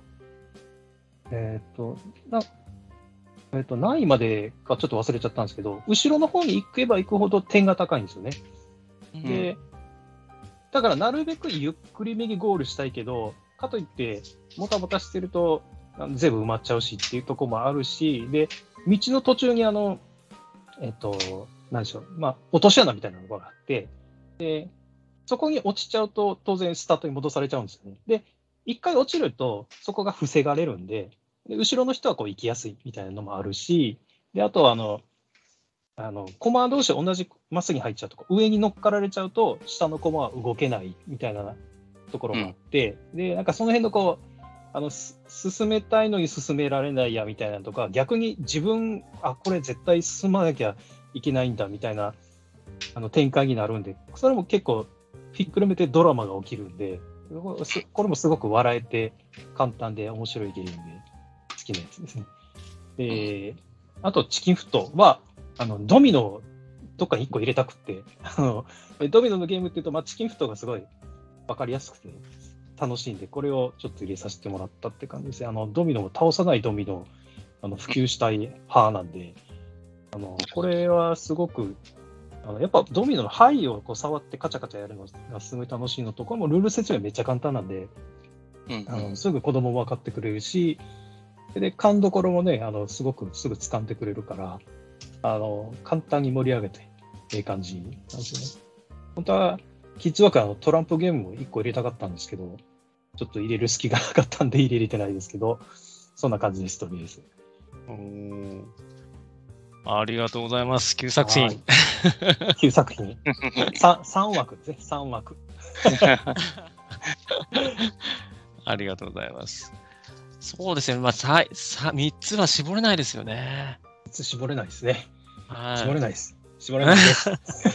何位までかちょっと忘れちゃったんですけど、後ろの方に行けば行くほど点が高いんですよね。で、だからなるべくゆっくりめにゴールしたいけど、かといって、もたもたしてると全部埋まっちゃうしっていうところもあるし、で、道の途中に何でしょう、落とし穴みたいなのがあって、で、そこに落ちちゃうと当然スタートに戻されちゃうんですよね。で、一回落ちるとそこが防がれるんで、後ろの人はこう行きやすいみたいなのもあるし、で、あとは駒同士同じまっすぐに入っちゃうと、上に乗っかられちゃうと、下の駒は動けないみたいなところがあって、で、なんかその辺のこう、進めたいのに進められないやみたいなとか、逆に自分、これ絶対進まなきゃいけないんだみたいな展開になるんで、それも結構ひっくるめてドラマが起きるんで、これもすごく笑えて簡単で面白いゲームで好きなやつですね。で、あとチキンフットはドミノをどっかに1個入れたくって、ドミノのゲームっていうと、チキンフットがすごい分かりやすくて楽しいんで、これをちょっと入れさせてもらったって感じですね。ドミノを倒さないドミノを普及したい派なんで、これはすごくやっぱドミノの牌をこう触ってカチャカチャやるのがすごい楽しいのと、これもルール説明めっちゃ簡単なんで、すぐ子供も分かってくれるし、で、勘どころもね、すごくすぐ掴んでくれるから、簡単に盛り上げて感じなんですよね。本当は、キッズ枠はトランプゲームも1個入れたかったんですけど、ちょっと入れる隙がなかったんで入れてないですけど、そんな感じです、とりあえず。 ありがとうございます。9作品。 9作品。3枠ですね、3枠。 ありがとうございます。そうですね、まあ、3つは絞れないですよね。 3つ絞れないですね。 はい、 絞れないです。絞れないです。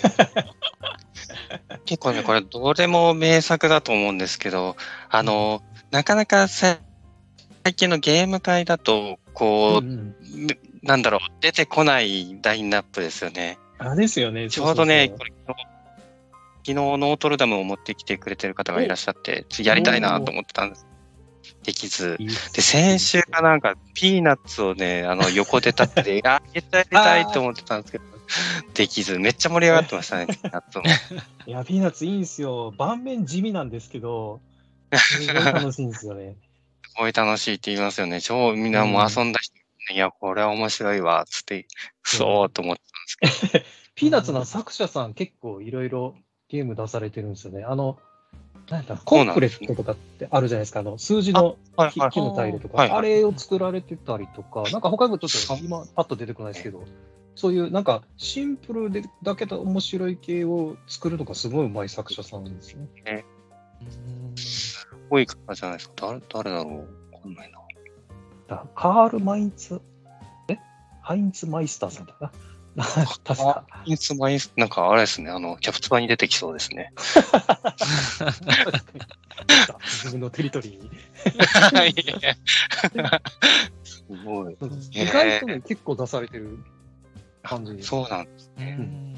結構ね、これどれも名作だと思うんですけど、なかなか最近のゲーム界だと、こう、なんだろう、出てこないラインナップですよね。 ですよね。 ちょうどね、これ昨日ノートルダムを持ってきてくれてる方がいらっしゃって、次やりたいなと思ってたんです。できず。で、先週がなんか、ピーナッツをね、横で立って、やりたいと思ってたんですけど、できず、めっちゃ盛り上がってましたね、ピーナッツも。 いや、ピーナッツいいんですよ。盤面地味なんですけど、すごい楽しいんですよね。 すごい楽しいって言いますよね。みんなもう遊んだ人、いや、これは面白いわ、つって、そうと思ってたんですけど。 ピーナッツの作者さん結構いろいろゲーム出されてるんですよね。なんだコンプレットとかってあるじゃないですか。数字の木のタイルとか、あれを作られてたりとか、なんか他にもちょっと今パッと出てこないですけど、そういうなんかシンプルでだけど面白い系を作るのがすごい上手い作者さんですね。 すごい方じゃないですか。誰だろう、わかんないな。 カール・ハインツ・マイスターさんだな。確か。 なんかあれですね、キャプツバに出てきそうですね。 自分のテリトリーに。 すごい。 意外とね、結構出されてる感じです。 そうなんですね。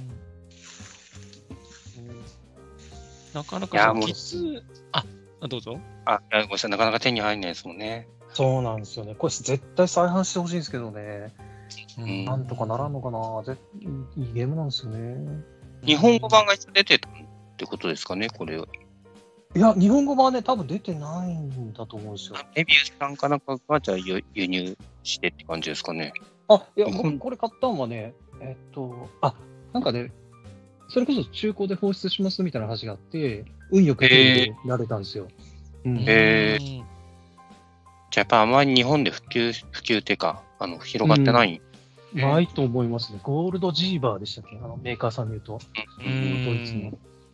なかなかどうぞ。 ごめんなさい、なかなか手に入んないですもんね。 そうなんですよね。これ絶対再販してほしいんですけどね。なんとかならんのかな。いいゲームなんですよね。 日本語版が出てたってことですかね、これ。 いや、日本語版はね、多分出てないんだと思うんですよ。 メビウスさんかなんかが、じゃあ輸入してって感じですかね。 いや、僕これ買ったのはね、なんかね、それこそ中古で放出しますみたいな話があって、運よく手にやれたんですよ。 じゃあやっぱあまり日本で普及っていうか、広がってない、 ないと思いますね。ゴールドジーバーでしたっけ、メーカーさんで言うと。ドイツの。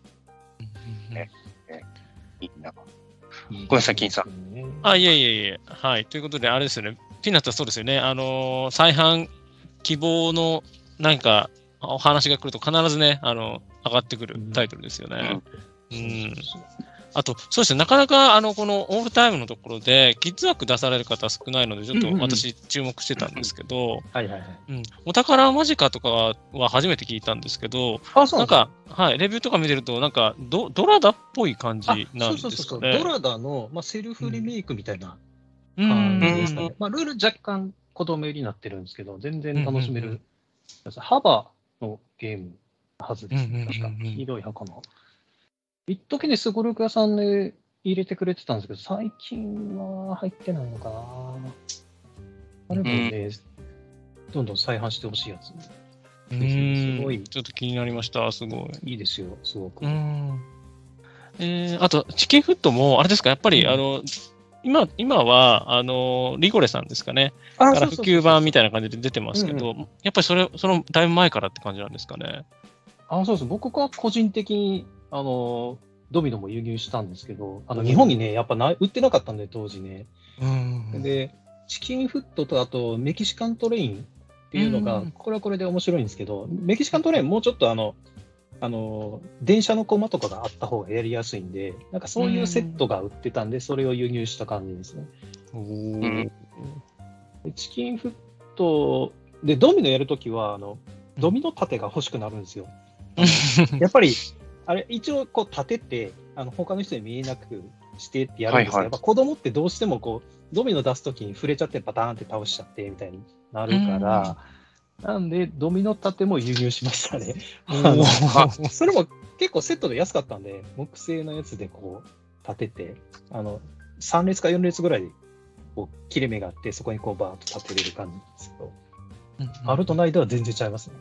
いいな。ごめんなさい、金さん。 いえ。はい。ということで、あれですよね。ピーナッツはそうですよね。再販希望の何かお話が来ると必ずね、上がってくるタイトルですよね。あと、そうですね、なかなかこのオールタイムのところで、キッズ枠出される方少ないので、ちょっと私、注目してたんですけど、お宝間近とかは初めて聞いたんですけど、なんか、レビューとか見てると、なんかドラダっぽい感じなんですかね。 ドラダの、セルフリメイクみたいな感じですかね。ルール若干子供寄りになってるんですけど、全然楽しめる。幅のゲームのはずですね。確か。黄色い箱の。一時ね、スゴルク屋さんで入れてくれてたんですけど、最近は入ってないのかな。あれもね、どんどん再販してほしいやつ。 すごい。ちょっと気になりました。すごい。 いいですよ、すごく。 あと、チキンフットも、あれですか、やっぱり、今は、リゴレさんですかね。から普及版みたいな感じで出てますけど、やっぱりそのだいぶ前からって感じなんですかね。 そうです。僕は個人的に、ドミノも輸入したんですけど、日本にね、やっぱ売ってなかったんで、当時ね。で、チキンフットと、あと、メキシカントレインっていうのが、これはこれで面白いんですけど、メキシカントレインもうちょっと電車のコマとかがあった方がやりやすいんで、なんかそういうセットが売ってたんで、それを輸入した感じですね。チキンフットで、ドミノやるときは、ドミノ盾が欲しくなるんですよ。やっぱり、あれ、一応こう立てて、他の人に見えなくしてってやるんですけど、やっぱ子供ってどうしてもこう、ドミノ出すときに触れちゃって、バターンって倒しちゃってみたいになるから、なんで、ドミノ盾も輸入しましたね。それも結構セットで安かったんで、木製のやつでこう、立てて、3列か4列ぐらいで、こう、切れ目があって、そこにこう、バーッと立てれる感じですけど、あるとないでは全然違いますね。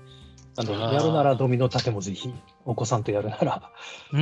やるならドミノ盾もぜひ、お子さんとやるなら。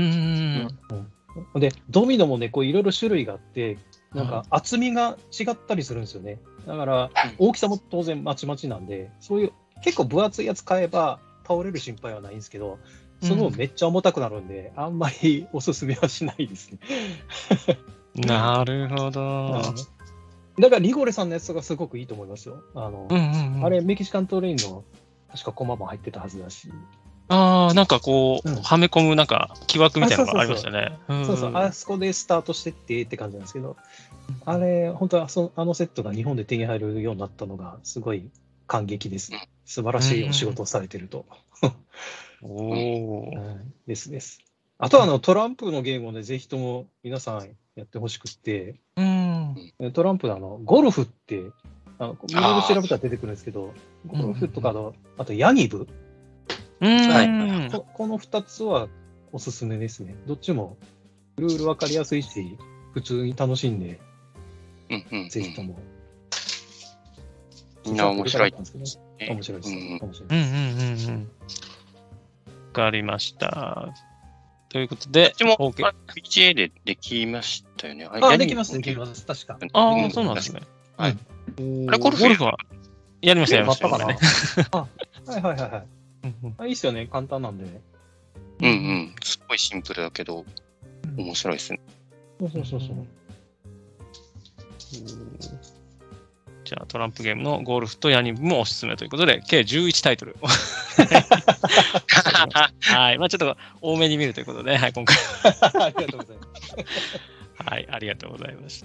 で、ドミノもね、こういろいろ種類があって、なんか厚みが違ったりするんですよね。だから、大きさも当然まちまちなんで、そういう結構分厚いやつ買えば倒れる心配はないんですけど、そのめっちゃ重たくなるんで、あんまりおすすめはしないですね。 なるほど。 だからリゴレさんのやつがすごくいいと思いますよ。あれ、メキシカントレインの確かコマも入ってたはずだし。 なんかこう、はめ込むなんか木枠みたいなのがありましたね。 そうそう、あそこでスタートしてって感じなんですけど、あれ、本当はあのセットが日本で手に入るようになったのがすごい感激ですね。素晴らしいお仕事をされてると。ですです。あとはトランプのゲームをね、ぜひとも皆さんやってほしくって、トランプのゴルフって、いろいろ調べたら出てくるんですけど、ゴルフとかあとヤニブ。この2つはおすすめですね。どっちもルール分かりやすいし、普通に楽しんで、ぜひとも。 みんな面白い。 面白いです。 わかりました。ということで、 も PGA でできましたよね。 できます、確か。 そうなんですね。 はい。あれ、ゴルフはやりました、 はい。いいっすよね、簡単なんで。 すごいシンプルだけど、面白いですね。 そう。 じゃあ、トランプゲームのゴルフとヤニブもおすすめということで、計11タイトル。はい。ちょっと多めに見るということで、はい、今回。 ありがとうございます。 はい、ありがとうございました。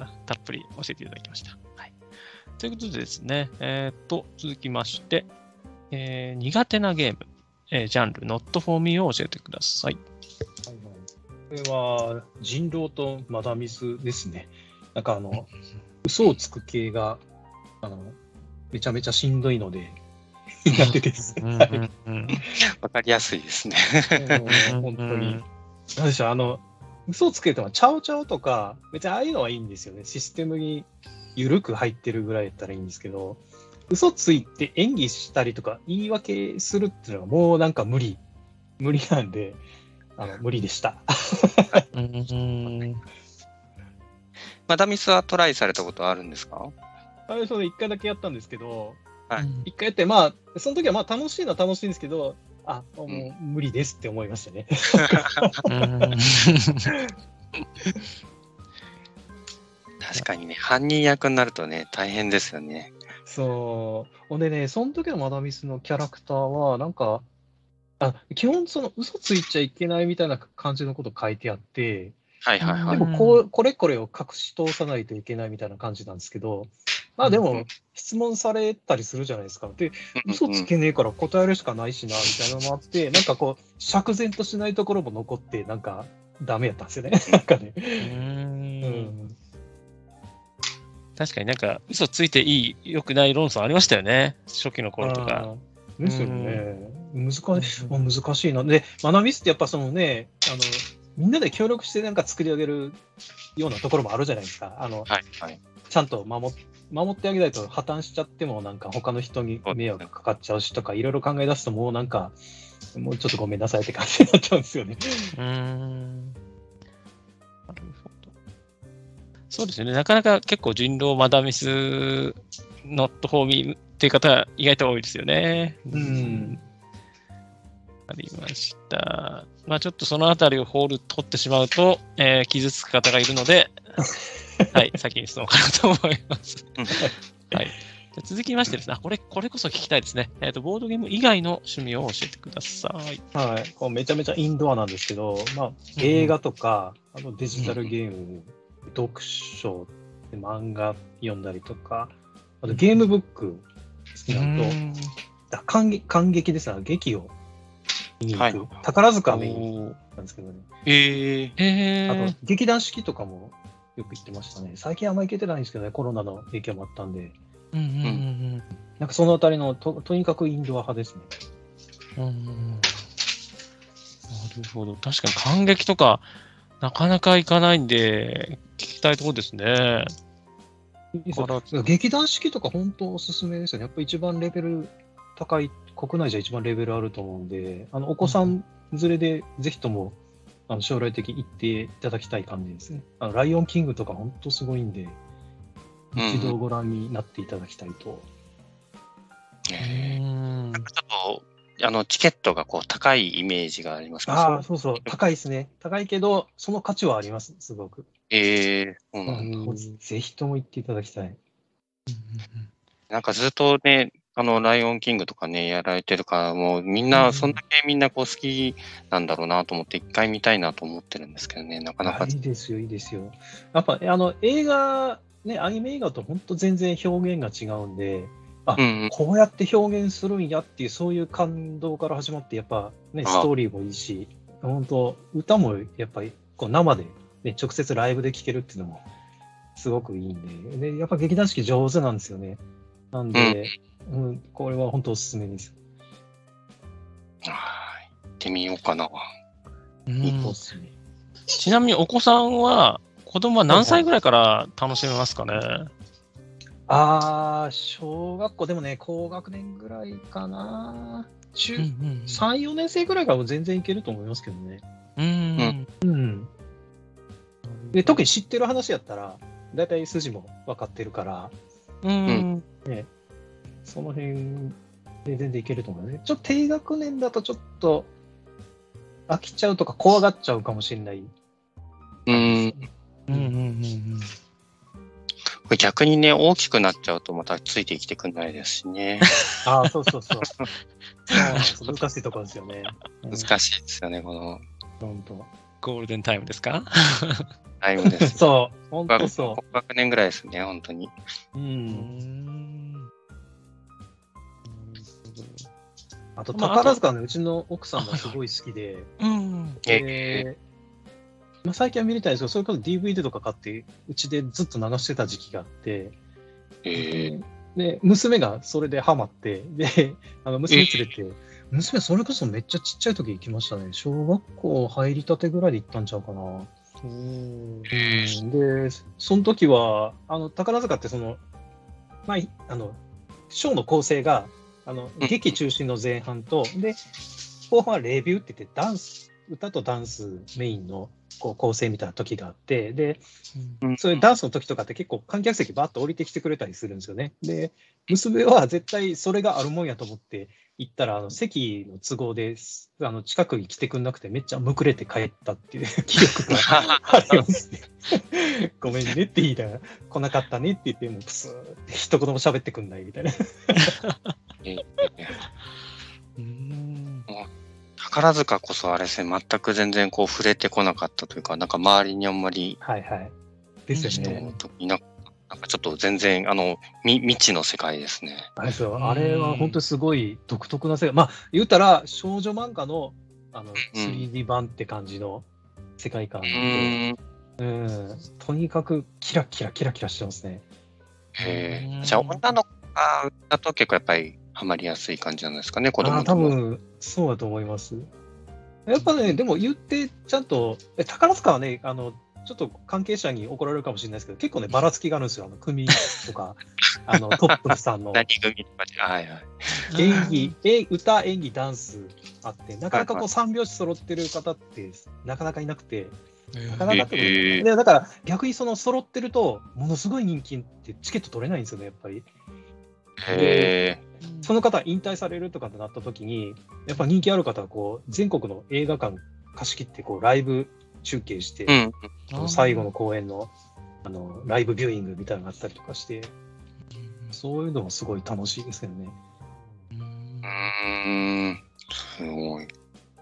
たっぷり教えていただきました。はい。ということでですね、続きまして、苦手なゲーム、ジャンル、Not for Me を教えてください。 これは、人狼とマダミスですね。なんか嘘をつく系が、めちゃめちゃしんどいので、苦手です。 わかりやすいですね。 本当に。なんでしょう、嘘をつけても、チャオチャオとか、別にああいうのはいいんですよね。システムに緩く入ってるぐらいだったらいいんですけど、嘘ついて演技したりとか言い訳するっていうのがもうなんか無理なんで、無理でした。 マダミスはトライされたことあるんですか？ そうで1回だけやったんですけど、 はい、 1回やって、その時は楽しいのは楽しいんですけど、もう無理ですって思いましたね。 確かにね、犯人役になるとね、大変ですよね。 そう。ほんでね、その時のマダミスのキャラクターは、なんか、基本嘘ついちゃいけないみたいな感じのこと書いてあって、でもこれを隠し通さないといけないみたいな感じなんですけど、でも質問されたりするじゃないですか。で、嘘つけねえから答えるしかないしな、みたいなのもあって、なんかこう、釈然としないところも残って、なんか、ダメやったんですよね。なんかね。 確かになんか、嘘ついていい、良くない論争ありましたよね。初期の頃とか。 ですよね。難しいな。で、マナミスってやっぱみんなで協力してなんか作り上げるようなところもあるじゃないですか。ちゃんと守ってあげないと破綻しちゃってもなんか他の人に迷惑かかっちゃうしとかいろいろ考え出すともうなんかもうちょっとごめんなさいって感じになっちゃうんですよね。 なるほど。そうですよね。なかなか結構人狼マダミスノットフォーミーっていう方意外と多いですよね。ありました。ちょっとそのあたりを取ってしまうと、傷つく方がいるので、はい、先に質問かなと思います。はい。続きましてですね、これこそ聞きたいですね。ボードゲーム以外の趣味を教えてください。 はい。めちゃめちゃインドアなんですけど、映画とか、デジタルゲーム、読書、漫画読んだりとか、あとゲームブック好きなのと、感激ですね。劇を見に行く。宝塚メインなんですけどね。あと、劇団四季とかもよく行ってましたね。最近あんま行けてないんですけどね、コロナの影響もあったんで。なんかそのあたりのとにかくインドア派ですね。 なるほど。確かに感激とかなかなか行かないんで聞きたいところですね。 劇団四季とか本当おすすめですよね。やっぱ一番レベル高い国内じゃ一番レベルあると思うんで、お子さん連れでぜひとも将来的に行っていただきたい感じですね。ライオンキングとか本当すごいんで、一度ご覧になっていただきたいと。 なんかちょっと、チケットがこう高いイメージがありますか？ そうそう、高いですね。高いけど、その価値はあります、すごく。 そうなんだ。 ぜひとも行っていただきたい。 なんかずっとね、ライオンキングとかね、やられてるから、もうみんな、そんだけみんなこう好きなんだろうなと思って、一回見たいなと思ってるんですけどね、なかなか。 いいですよ、いいですよ。やっぱ、映画、ね、アニメ映画と本当全然表現が違うんで、こうやって表現するんやっていう、そういう感動から始まって、やっぱね、ストーリーもいいし、本当歌もやっぱりこう生で、ね、直接ライブで聴けるっていうのもすごくいいんで、やっぱ劇団四季上手なんですよね。なんで、これは本当おすすめです。 行ってみようかな。 ちなみにお子さんは、子供は何歳ぐらいから楽しめますかね？ 小学校でもね、高学年ぐらいかな。3、4年生ぐらいから全然いけると思いますけどね。で特に知ってる話やったら、だいたい筋も分かってるから、ね、その辺で全然いけると思うね。ちょっと低学年だとちょっと飽きちゃうとか怖がっちゃうかもしれない。 これ逆にね、大きくなっちゃうとまたついてきてくんないですしね。 そう。難しいところですよね。 難しいですよね、この。 本当。 ゴールデンタイムですか？ タイムです。 そう、本当そう。 高学年ぐらいですね、本当に。 あと、宝塚のうちの奥さんがすごい好きで、最近は見れたんですけど、それこそ DVD とか買って、うちでずっと流してた時期があって、で、娘がそれでハマって、で、娘連れて、娘それこそめっちゃちっちゃい時行きましたね。小学校入りたてぐらいで行ったんちゃうかな。で、その時は、宝塚ってショーの構成が、劇中心の前半と、で、後半はレビューって言って、歌とダンスメインの構成みたいな時があって、で、そういうダンスの時とかって結構観客席バーッと降りてきてくれたりするんですよね。で、娘は絶対それがあるもんやと思って行ったら、席の都合で近くに来てくんなくてめっちゃむくれて帰ったっていう記憶がありますね。ごめんねって言いながら、来なかったねって言って、もうプスーって一言も喋ってくんないみたいな。 宝塚こそあれですね、全く全然こう触れてこなかったというか、なんか周りにあんまり、 ですよね。 なんかちょっと全然未知の世界ですね。 あれは本当にすごい独特な世界。言うたら少女漫画の3D 版って感じの世界観で、とにかくキラキラしてますね。 じゃあ女の子だと結構やっぱりハマりやすい感じなんですかね、子供と多分そうだと思います。やっぱね、でも言ってちゃんと宝塚はね、ちょっと関係者に怒られるかもしれないですけど、結構ねばらつきがあるんですよ。組とかトップさんの何組とかで、 演技、歌、演技、ダンスあって、なかなかこう3拍子揃ってる方ってなかなかいなくて。だから逆にその揃ってるとものすごい人気ってチケット取れないんですよね、やっぱり。その方引退されるとかってなった時に、やっぱ人気ある方はこう全国の映画館貸し切ってこうライブ中継して、最後の公演のライブビューイングみたいなのがあったりとかして、そういうのもすごい楽しいですよね。 すごい。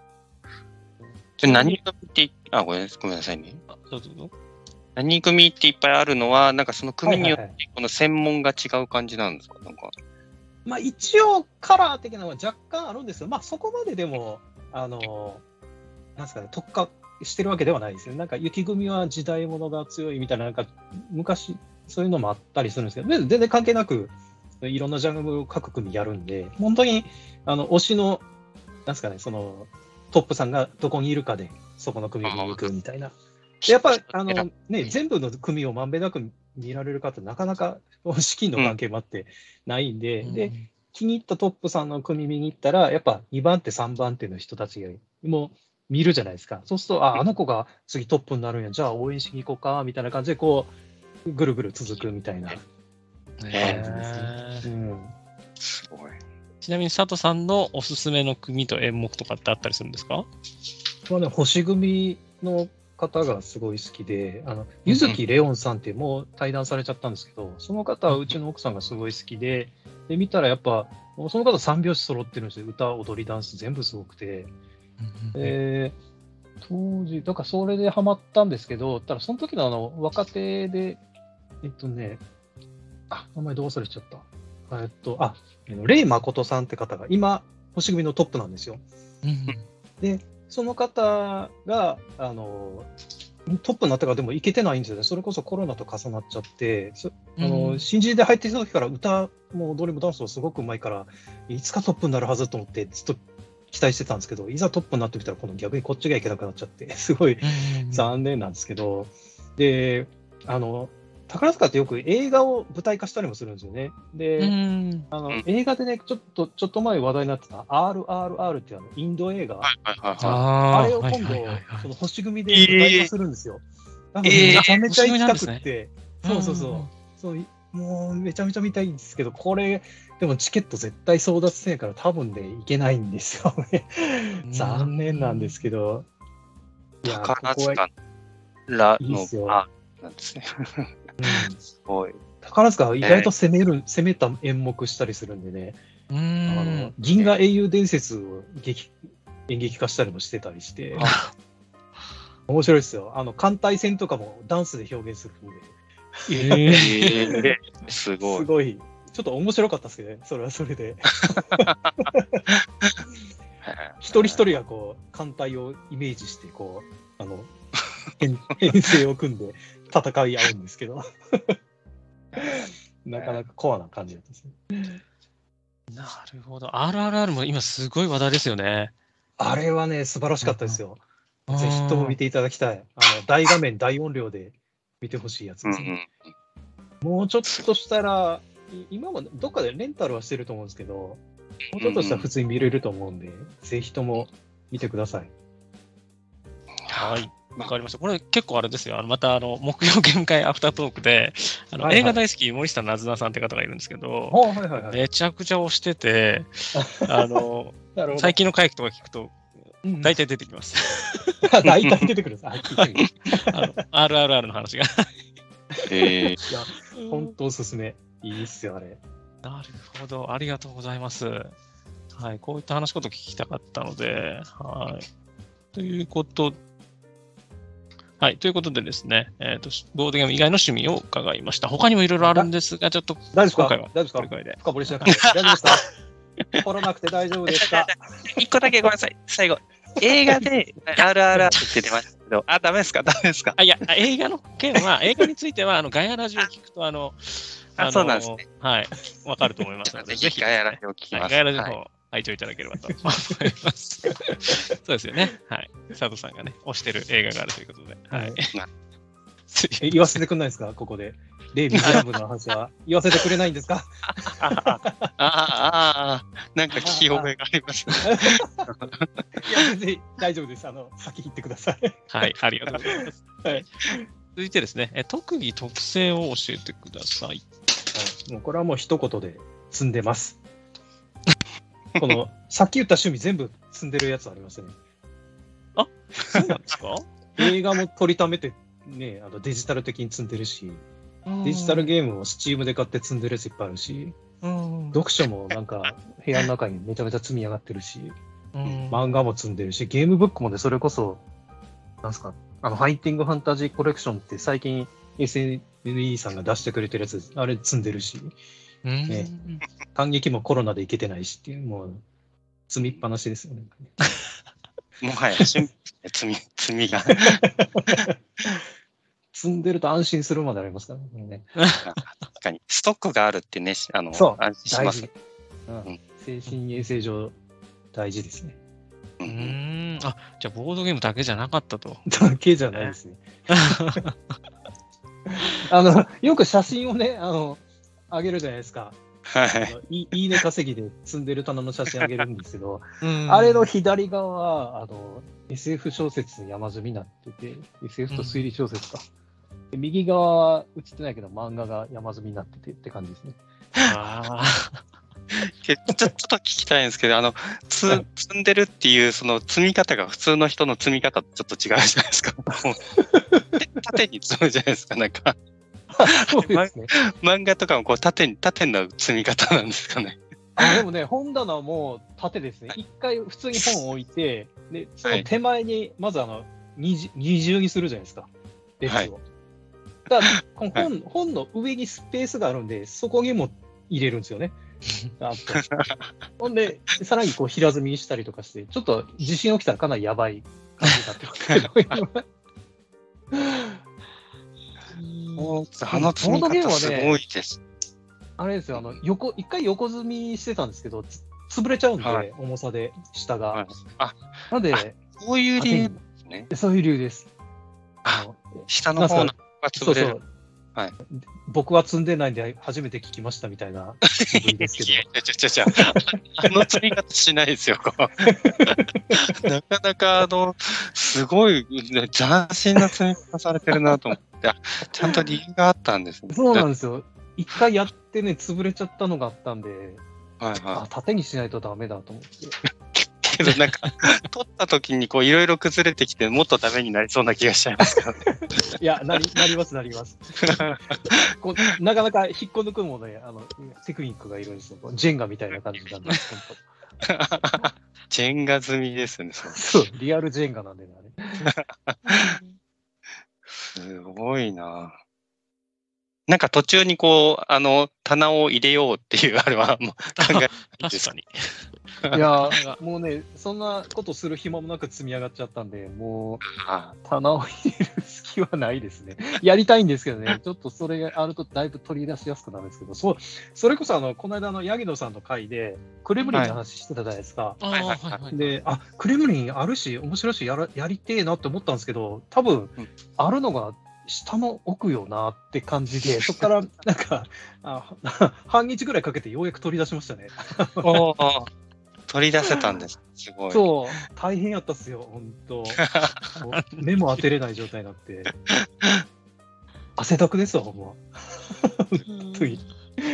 何組ってごめんなさいね。何組っていっぱいあるのは、なんかその組によってこの専門が違う感じなんですか？なんか一応カラー的なのは若干あるんですよ。そこまででもなんですかね、特化してるわけではないですよ。なんか雪組は時代物が強いみたいな、なんか昔そういうのもあったりするんですけど、全然関係なくいろんなジャンルを各組やるんで、本当に推しのなんですかね、そのトップさんがどこにいるかでそこの組に行くみたいな。やっぱり全部の組をまんべんなく見られる方なかなか資金の関係もあってないんで、で気に入ったトップさんの組見に行ったら、やっぱ2番手、3番手の人たちがもう見るじゃないですか。そうすると、あの子が次トップになるんや、じゃあ応援しに行こうか、みたいな感じで、こう、ぐるぐる続くみたいな感じですね。 すごい。 ちなみに佐藤さんのおすすめの組と演目とかってあったりするんですか？ 星組の方がすごい好きで、柚木レオンさんってもう対談されちゃったんですけど、その方はうちの奥さんがすごい好きで、見たらやっぱ、その方3拍子揃ってるんですよ。歌、踊り、ダンス全部すごくて。当時、だからそれでハマったんですけど、ただその時の若手で、名前どう忘れちゃった。レイ誠さんって方が今、星組のトップなんですよ。で、その方が、トップになってからでもいけてないんですよね。それこそコロナと重なっちゃって、新人で入ってきた時から歌も踊りもダンスもすごくうまいから、いつかトップになるはずと思ってずっと期待してたんですけど、いざトップになってみたら、今度逆にこっちがいけなくなっちゃって、すごい残念なんですけど、で、宝塚ってよく映画を舞台化したりもするんですよね。で、映画でね、ちょっと前話題になってた RRR っていうインド映画。あれを今度、その星組で舞台化するんですよ。めちゃめちゃ行きたくって、そうもうめちゃめちゃ見たいんですけど、これ、でもチケット絶対争奪戦やから多分ね、行けないんですよね。残念なんですけど。 宝塚らのなんですね。すごい。 宝塚は意外と攻めた演目したりするんでね、銀河英雄伝説を演劇化したりもしてたりして、面白いですよ。艦隊戦とかもダンスで表現するんで。 すごい。 すごい。ちょっと面白かったですけどね、それはそれで。一人一人がこう、艦隊をイメージして、こう、編成を組んで戦い合うんですけど。なかなかコアな感じだったですね。 なるほど。RRR も今すごい話題ですよね。 あれはね、素晴らしかったですよ。ぜひとも見ていただきたい。大画面、大音量で見てほしいやつですね。もうちょっとしたら、今もどっかでレンタルはしてると思うんですけど、もうちょっとしたら普通に見れると思うんで、ぜひとも見てください。 はい。わかりました。これ結構あれですよ。また木曜ゲーム会アフタートークで、映画大好き森下なずなさんって方がいるんですけど、めちゃくちゃ推してて、最近の回とか聞くと、大体出てきます。 大体出てくるんです。 RRR の話が。 いや、本当おすすめ。いいっすよ、あれ。 なるほど。ありがとうございます。はい。こういった話こと聞きたかったので、はい。ということでですね、ボードゲーム以外の趣味を伺いました。他にもいろいろあるんですが、ちょっと大丈夫今回はですか？深掘りしなくて大丈夫ですか？掘らなくて大丈夫ですか？ 一個だけごめんなさい。最後。映画で RRR って出ましたけど、ダメですか？ いや、映画の件は、映画については、ガヤラジを聞くと、 そうなんですね。 はい。わかると思いますので、 ぜひガヤラジを聞きます。 ガヤラジの方、拝聴いただければと思います。そうですよね。はい。佐藤さんがね、推してる映画があるということで。はい。 言わせてくれないですか？ここで。レイ・ミゼラブルの話は言わせてくれないんですか？ なんか聞き覚えがありますね。 いや、全然大丈夫です。先言ってください。 はい、ありがとうございます。はい、続いてですね、特技特性を教えてください。 もうこれはもう一言で積んでます。このさっき言った趣味全部積んでるやつありますね。 あ、そうなんですか？ 映画も取りためてね、デジタル的に積んでるし、デジタルゲームをスチームで買って積んでるやついっぱいあるし、読書もなんか部屋の中にめちゃめちゃ積み上がってるし、漫画も積んでるし、ゲームブックもね、それこそ、なんすか、ハイティングファンタジーコレクションって最近 SNE さんが出してくれてるやつ、あれ積んでるし、感激もコロナでいけてないしっていう、もう積みっぱなしですよね。 もはや積みが。 積んでると安心するまでありますからね。 確かに。ストックがあるってね、 そう安心します。 精神衛生上大事ですね。 じゃあボードゲームだけじゃなかったと。 だけじゃないですね。よく写真をね、あげるじゃないですか。 はいいいね稼ぎで積んでる棚の写真あげるんですけど、 うんあれの左側はSF 小説山積みになってて、SF と推理小説か。で右側は映ってないけど、漫画が山積みになっててって感じですね。 あちょっと聞きたいんですけど、積んでるっていう、その積み方が普通の人の積み方とちょっと違うじゃないですか。縦に積むじゃないですか、なんか。 そうですね。 漫画とかもこう縦の積み方なんですかね。 でもね、本棚も縦ですね。一回普通に本を置いて、で、その手前に、まず二重にするじゃないですか。列を。 はいだからこの本の上にスペースがあるんで、そこにも入れるんですよね。あとほんで、さらにこう平積みにしたりとかして、ちょっと地震起きたらかなりやばい感じになってますけど。 あの積み方すごいです。 あれですよ、一回横積みしてたんですけど、潰れちゃうんで、 はい重さで、下が。 はいなんで、 そういう理由ですね。 そういう理由です。 下の方が潰れる。はい。 僕は積んでないんで初めて聞きましたみたいな部分ですけど。 あの積み方しないですよ。なかなかすごい斬新な積み方されてるなと思って、ちゃんと理由があったんですね。 そうなんですよ。一回やってね、潰れちゃったのがあったんで、 はいは縦にしないとダメだと思って。 けどなんか、取った時にこういろいろ崩れてきて、もっとダメになりそうな気がしちゃいますからね。 いや、なります。なかなか引っこ抜くもね、テクニックがいるんですよ。ジェンガみたいな感じなんで、 ジェンガ積みですね。 そう、リアルジェンガなんでね、あれ。 すごいな。なんか途中にこう、棚を入れようっていう、あれはもう考え確かに。 いや、もうね、そんなことする暇もなく積み上がっちゃったんで、もう、棚を入れる隙はないですね。やりたいんですけどね、ちょっとそれがあるとだいぶ取り出しやすくなるんですけど、それこそこの間ヤギノさんの回で、クレムリンの話してたじゃないですか。で、クレムリンあるし、面白いし、やりてえなって思ったんですけど、多分、あるのが、下の奥よなって感じで、そこからなんか半日ぐらいかけてようやく取り出しましたね。 取り出せたんです。すごい。 そう、大変やったっすよ、本当。目も当てれない状態になって。汗だくですわ、ほんま。本当に。い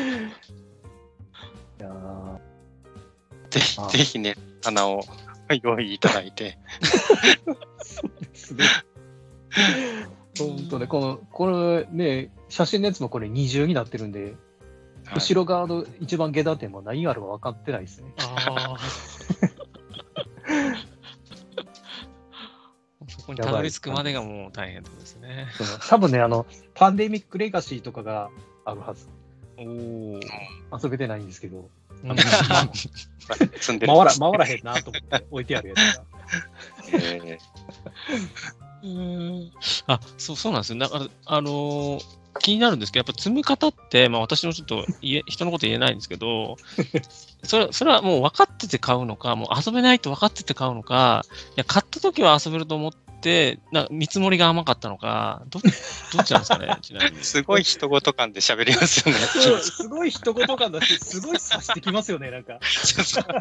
やぜひね、棚を用意いただいて。 そうですね。本当ね、これね、写真のやつもこれ二重になってるんで、後ろ側の一番下段点も何があるか分かってないですね。 そこにたどり着くまでがもう大変ってことですね。 多分ね、パンデミックレガシーとかがあるはず。遊べてないんですけど。回らへんなと思って置いてあるやつが。 そうなんですよ。だから気になるんですけど、やっぱ積み方って、私もちょっと人のこと言えないんですけど、それはもう分かってて買うのか、もう遊べないと分かってて買うのか、いや買った時は遊べると思って、見積もりが甘かったのか、どっちなんですかね、ちなみに。 すごい人事感で喋りますよね。 すごい一言感だし、すごい察してきますよね、なんか。 ちょ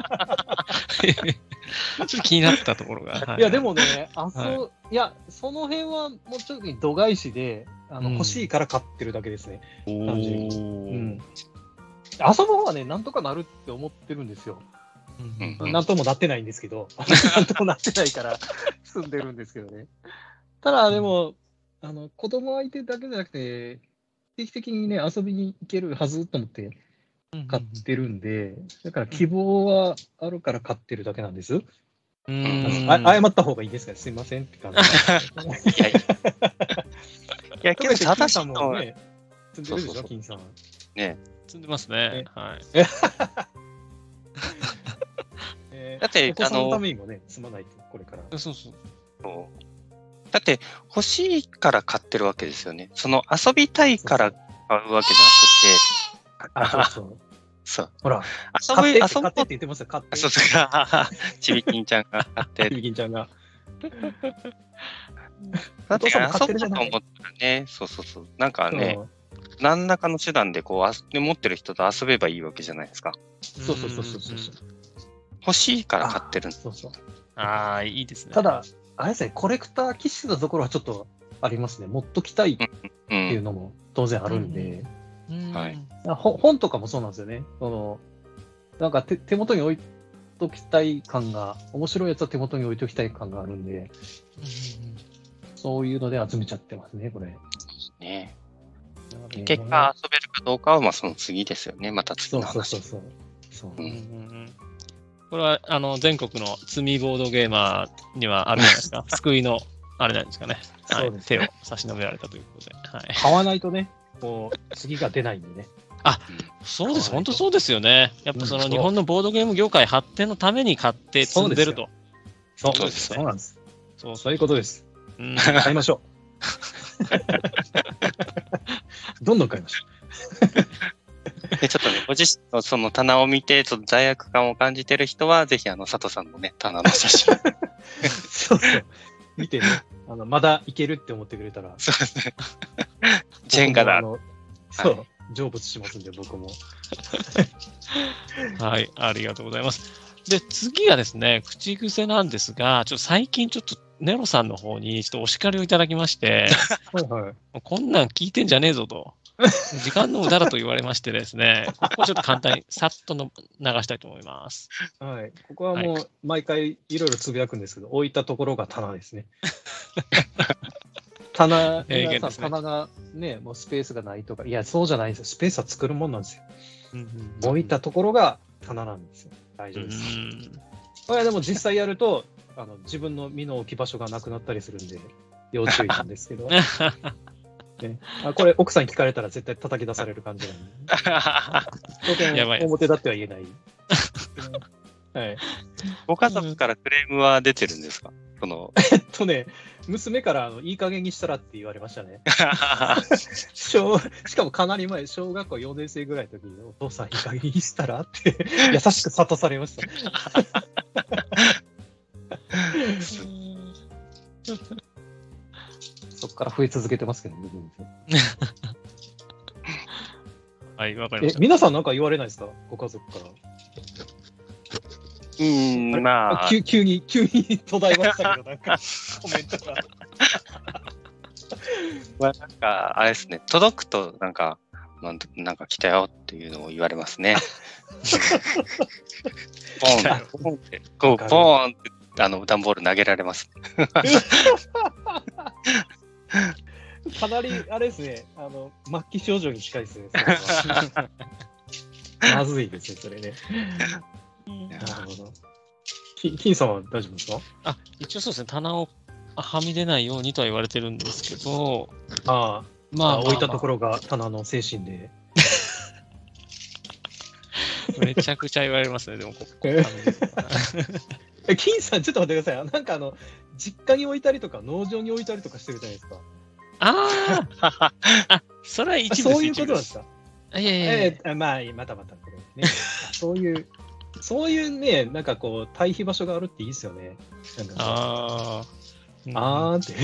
っと気になったところが。 いや、でもね、いや、その辺はもうちょっと度外視で、欲しいから買ってるだけですね。単純に。遊ぶ方はね、なんとかなるって思ってるんですよ。なんともなってないんですけど、なんともなってないから住んでるんですけどね。ただ、でも、子供相手だけじゃなくて、定期的にね、遊びに行けるはずと思って買ってるんで、だから希望はあるから買ってるだけなんです。謝った方がいいですか、すいませんって感じ。 いや、けど、正しいもね、積んでるでしょ、金さん。 ね。 積んでますね。はい。 だって、 お子さんのためにもね、積まないと、これから。 そう。 だって、欲しいから買ってるわけですよね。その遊びたいから買うわけじゃなくて。そう。 ほら、買ってって言ってますよ、買って。 そうそう。ちびきんちゃんが買って。 ちびきんちゃんが。 だって遊ぶと思ったらね、そう。なんかね、 何らかの手段で持ってる人と遊べばいいわけじゃないですか。 そう。 欲しいから買ってるんです。 そう。 ああ、いいですね。 ただ、あれですね、コレクター気質なところはちょっとありますね。持っときたいっていうのも当然あるんで。 はい。 本とかもそうなんですよね。なんか手元に置いときたい感が、面白いやつは手元に置いときたい感があるんで、そういうので集めちゃってますね、これ。 ね。結果遊べるかどうかは、まあその次ですよね。また次の話。 そう。 これは全国の積みボードゲーマーにはあるじゃないですか。救いのあれなんですかね。はい、手を差し伸べられたということで。はい、 買わないとね、次が出ないんでね。 そうです。本当そうですよね。やっぱその日本のボードゲーム業界発展のために買って積んでると。 そうなんです。そういうことです。買いましょう。どんどん買いましょう。 でちょっとね、ご自身のその棚を見て、ちょっと罪悪感を感じてる人は、ぜひ佐藤さんのね、棚の写真。 そう。見てね、まだいけるって思ってくれたら。 そうですね。ジェンガだ。 そう、成仏しますんで、僕も。 はい、ありがとうございます。で、次がですね、口癖なんですが、最近ちょっとネロさんの方にちょっとお叱りをいただきまして、こんなん聞いてんじゃねえぞと、時間の無駄だと言われましてですね、ここちょっと簡単にさっと流したいと思います。 はい、ここはもう毎回いろいろつぶやくんですけど、置いたところが棚ですね。棚がね、もうスペースがないとか、いや、そうじゃないんですよ。スペースは作るもんなんですよ。置いたところが棚なんですよ。大丈夫です。これはでも実際やると、自分の身の置き場所がなくなったりするんで、要注意なんですけど。ね、これ、奥さんに聞かれたら絶対叩き出される感じなんで。表だっては言えない。はい。 ご家族からクレームは出てるんですか？ 娘からいい加減にしたらって言われましたね。しかもかなり前、小学校4年生ぐらいの時に、お父さんいい加減にしたらって優しく諭されました。そっから増え続けてますけどね。 はい、わかりました。 皆さんなんか言われないですか？ご家族から。 まあ。 急に途絶えましたけど、なんか、コメントが。 なんか、あれですね、届くと、なんか来たよっていうのを言われますね。ポンって、ポーンって、段ボール投げられます。 かなり、あれですね、末期症状に近いですね。まずいですね、それね。なるほど。金さんは大丈夫ですか？ 一応そうですね、棚をはみ出ないようにとは言われてるんですけど、 置いたところが棚の精神で。 めちゃくちゃ言われますね、でも金さん、ちょっと待ってください。なんか実家に置いたりとか、農場に置いたりとかしてるじゃないですか。 それは一部です。 そういうことなんですか？ いやまたこれね。そういうね、なんか対比場所があるっていいですよね。なんかって。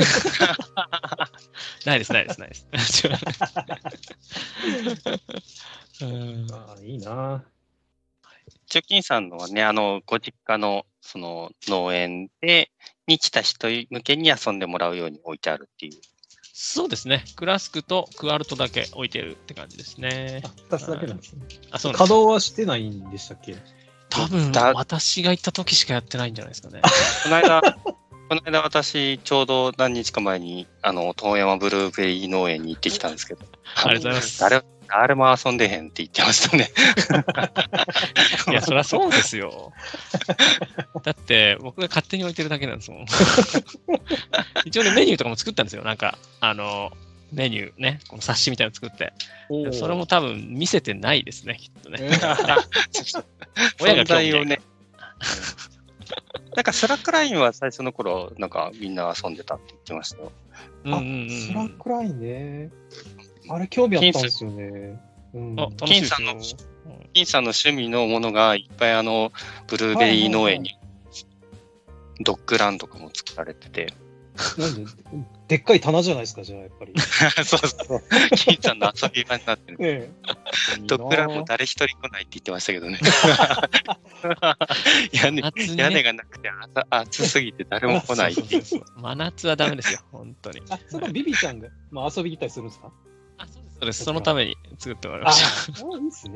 ないです。 いいな。 チョキンさんのはね、ご実家のその農園に来た人向けに遊んでもらうように置いてあるっていう。 そうですね。クラスクとクワルトだけ置いてるって感じですね。 2つだけなんですね。 稼働はしてないんでしたっけ？ 多分、私が行った時しかやってないんじゃないですかね。 この間私、ちょうど何日か前に、遠山ブルーベリー農園に行ってきたんですけど。 ありがとうございます。 誰も遊んでへんって言ってましたね。 いや、そりゃそうですよ。だって、僕が勝手に置いてるだけなんですもん。一応ね、メニューとかも作ったんですよ。なんか、メニューね、この冊子みたいなの作って。それも多分見せてないですね、きっとね。 親が興味をね。なんかスラックラインは最初の頃、なんかみんな遊んでたって言ってましたよ。 スラックラインね。あれ興味あったんですよね。 金さんの趣味のものがいっぱいブルーベリー農園にドッグランとかも作られてて、 なんで、でっかい棚じゃないですか、じゃあ、やっぱり。 そうそう。金ちゃんの遊び場になってる。 ええ。 ドッグランも誰一人来ないって言ってましたけどね。屋根がなくて暑すぎて誰も来ないっていう。 真夏はダメですよ、本当に。 そこビビちゃんが、遊びに行ったりするんですか？ そうです。そのために作ってもらいました。 いいっすね。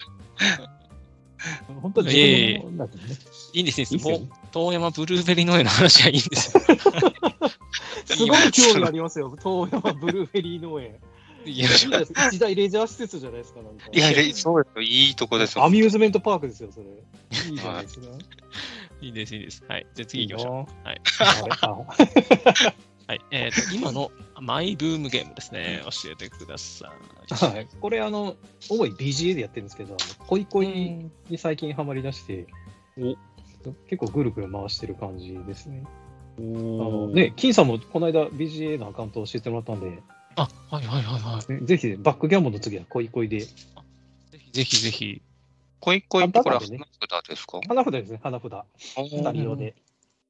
本当に自分のだけね。 いいんです、いいんです。もう、遠山ブルーベリー農園の話はいいんですよ。 すごい興味ありますよ、遠山ブルーベリー農園。一大レジャー施設じゃないですか。なんかいや、そうですよ。いいとこですよ。 アミューズメントパークですよ、それ。いいじゃないですか。 いいです、いいです。はい。じゃあ次行きましょう。はい。はい。今のマイブームゲームですね。教えてください。 はい。これ、主に BGA でやってるんですけど、恋恋に最近ハマりだして、結構ぐるぐる回してる感じですね。ね、金さんもこの間 BGA のアカウントを教えてもらったんで、ぜひ、バックギャモンの次は恋恋で。 ぜひぜひ。 恋恋ってこれは花札ですか？ 花札ですね、花札。二人用で。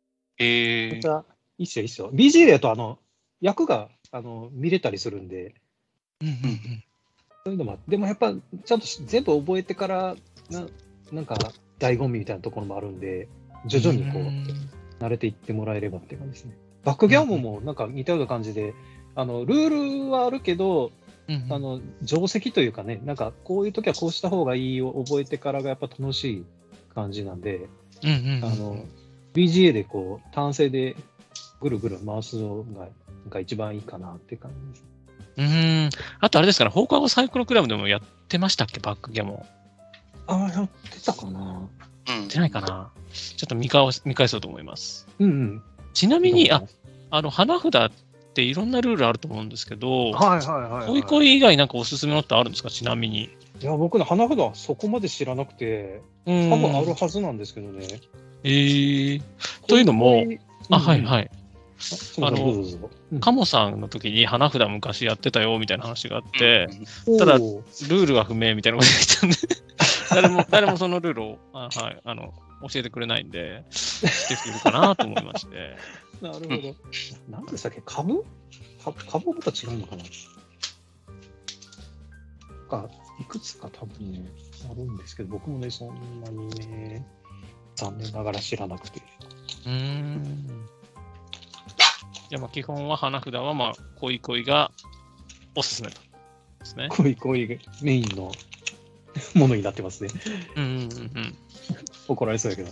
一緒。BGA だと、役が見れたりするんで、そういうのもでもやっぱ、ちゃんと全部覚えてから、なんか、醍醐味みたいなところもあるんで、徐々にこう、慣れていってもらえればって感じですね。バックギャモンもなんか似たような感じで、ルールはあるけど、定石というかね、なんかこういう時はこうした方がいいを覚えてからがやっぱ楽しい感じなんで、BGA でこう単性でぐるぐる回すのが一番いいかなって感じです。 あとあれですから、放課後サイクロクラブでもやってましたっけ、バックギャモン。 やってたかな。 やってないかな。ちょっと見返そうと思います。ちなみに、花札っていろんなルールあると思うんですけど、恋恋以外なんかおすすめのってあるんですか、ちなみに。 いや、僕ね、花札はそこまで知らなくて、多分あるはずなんですけどね。 というのも、カモさんの時に花札昔やってたよみたいな話があって、ただ、ルールは不明みたいなこと言ってたんで、誰もそのルールを、教えてくれないんで、知ってくるかなと思いまして。 なるほど。何でしたっけ、株はまた違うのかな。いくつか多分ね、あるんですけど、僕もね、そんなにね、残念ながら知らなくて。 じゃあ、基本は花札は、恋恋がおすすめとですね。 恋恋がメインのものになってますね。怒られそうやけど。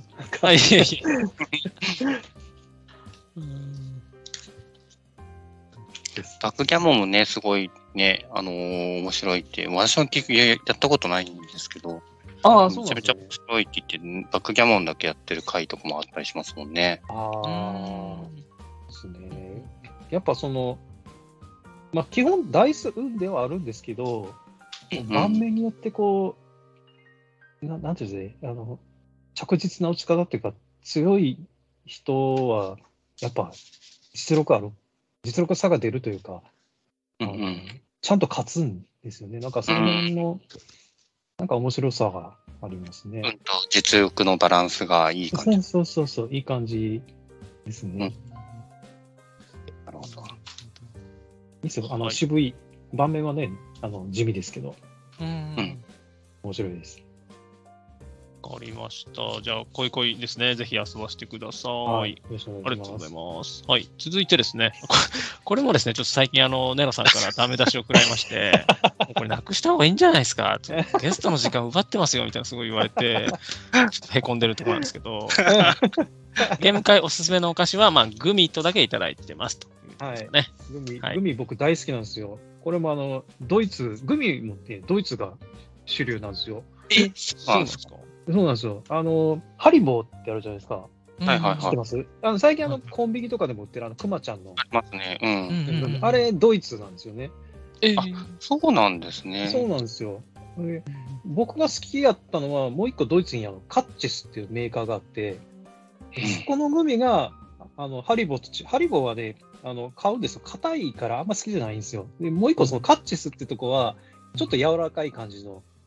バックギャモンもね、すごいね、面白いって、私は結局やったことないんですけど、めちゃめちゃ面白いって言って、バックギャモンだけやってる回とかもあったりしますもんね。 ですね。やっぱ基本ダイス運ではあるんですけど、盤面によってこう、なんていうんですね、着実な打ち方っていうか、強い人は、やっぱ実力差が出るというか、ちゃんと勝つんですよね。なんかその辺の、なんか面白さがありますね。 実力のバランスがいい感じ。 そう、いい感じですね。なるほど。いいですよ。渋い、盤面はね、地味ですけど、面白いです。 わかりました。じゃあ、恋恋ですね。ぜひ遊ばせてください。ありがとうございます。はい。続いてですね、これもですね、ちょっと最近、ネロさんからダメ出しを食らいまして、これなくした方がいいんじゃないですか。ゲストの時間奪ってますよ、みたいなすごい言われて、ちょっとへこんでるところなんですけど、ゲーム会おすすめのお菓子は、グミとだけいただいてますというですね。 グミ僕大好きなんですよ。これもグミもね、ドイツが主流なんですよ。 そうなんですか。 そうなんですよ。ハリボーってあるじゃないですか。知ってます？最近コンビニとかでも売ってるくまちゃんの。 ありますね。 あれ、ドイツなんですよね。 そうなんですね。 そうなんですよ。僕が好きやったのは、もう一個ドイツにカッチェスっていうメーカーがあって、そこのグミが、ハリボーはね、買うんですよ。硬いからあんま好きじゃないんですよ。でもう一個、そのカッチェスってとこは、ちょっと柔らかい感じの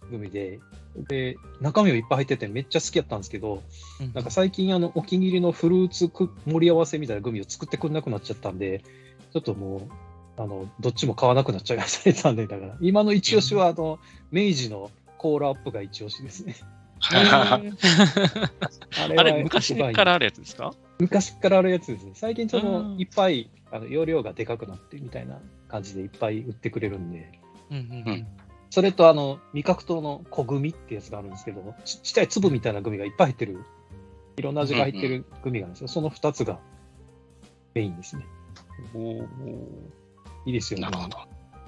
グミで、中身もいっぱい入っててめっちゃ好きやったんですけど、なんか最近お気に入りのフルーツ盛り合わせみたいなグミを作ってくれなくなっちゃったんで、ちょっともう、どっちも買わなくなっちゃいましたね、残念だから。今の一押しは、明治のコーラアップが一押しですね。 あれ、昔からあるやつですか？ 昔からあるやつですね。最近いっぱい容量がでかくなってみたいな感じでいっぱい売ってくれるんで。それと味覚糖の小グミってやつがあるんですけど、ちっちゃい粒みたいなグミがいっぱい入ってる、いろんな味が入ってるグミがあるんですよ。その2つがメインですね。いいですよね。 なるほど。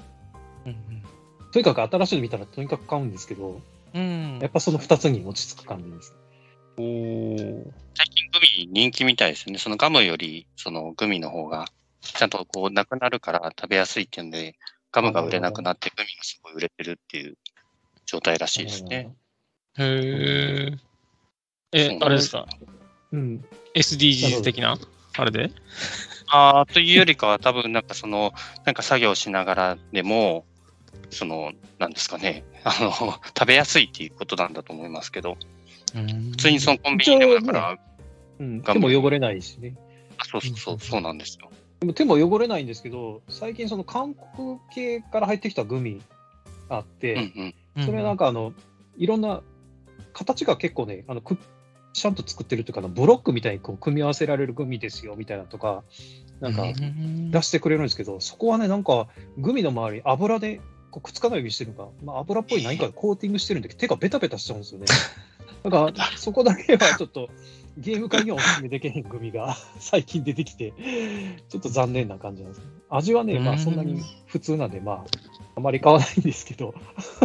とにかく新しいの見たらとにかく買うんですけど、やっぱその2つに落ち着く感じです。 最近グミ人気みたいですね。そのガムよりそのグミの方がちゃんとこうなくなるから食べやすいっていうんで、ガムが売れなくなってグミがすごい売れてるっていう状態らしいですね。 へえ。あれですか？SDGs 的なあれで？ というよりかは多分なんか作業しながらでも、なんですかね、食べやすいっていうことなんだと思いますけど、普通にそのコンビニでもだから、 手も汚れないしね。 そうなんですよ。 でも手も汚れないんですけど、最近韓国系から入ってきたグミがあって、それはなんかいろんな形が結構ね、ちゃんと作ってるというか、ブロックみたいにこう組み合わせられるグミですよみたいなとか、なんか出してくれるんですけど、そこはね、なんかグミの周り、油でこうくっつかないようにしてるのか、油っぽい何かでコーティングしてるんで、手がベタベタしちゃうんですよね。だからそこだけはちょっとゲーム会にはおすすめできへんグミが最近出てきて、ちょっと残念な感じなんですね。味はね、そんなに普通なんで、あまり買わないんですけど。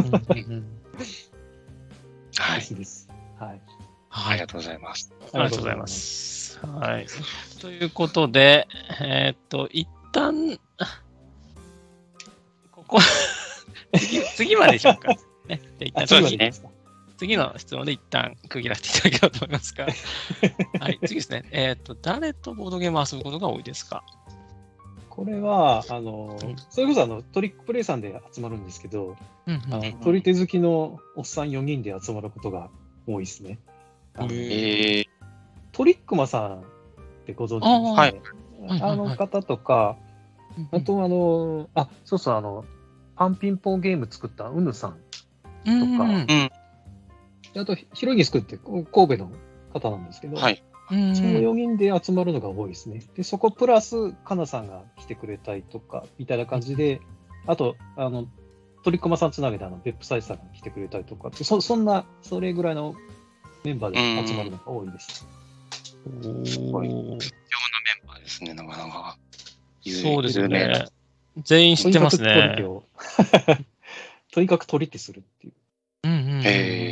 はい。 です。はい。 ありがとうございます。 ありがとうございます。はい。ということで、一旦、ここ次まででしょうか。ね、じゃあ一旦次の質問で一旦区切らせていただければと思いますが。はい、次ですね。誰とボードゲームを遊ぶことが多いですか？ これは、それこそトリックプレイさんで集まるんですけど、取り手好きのおっさん4人で集まることが多いですね。トリックマさんってご存知ですかね。方とか、あとそうそう、パンピンポンゲーム作ったうぬさんとか、あと、ヒロギスクって神戸の方なんですけど、その4人で集まるのが多いですね。で、そこプラス、かなさんが来てくれたりとか、みたいな感じで、あと、トリックマさんつなげて別府サイさんが来てくれたりとか、それぐらいのメンバーで集まるのが多いです。 すごい。貴重なメンバーですね、なかなか。 そうですね。全員知ってますね。 とにかく取り手するっていう。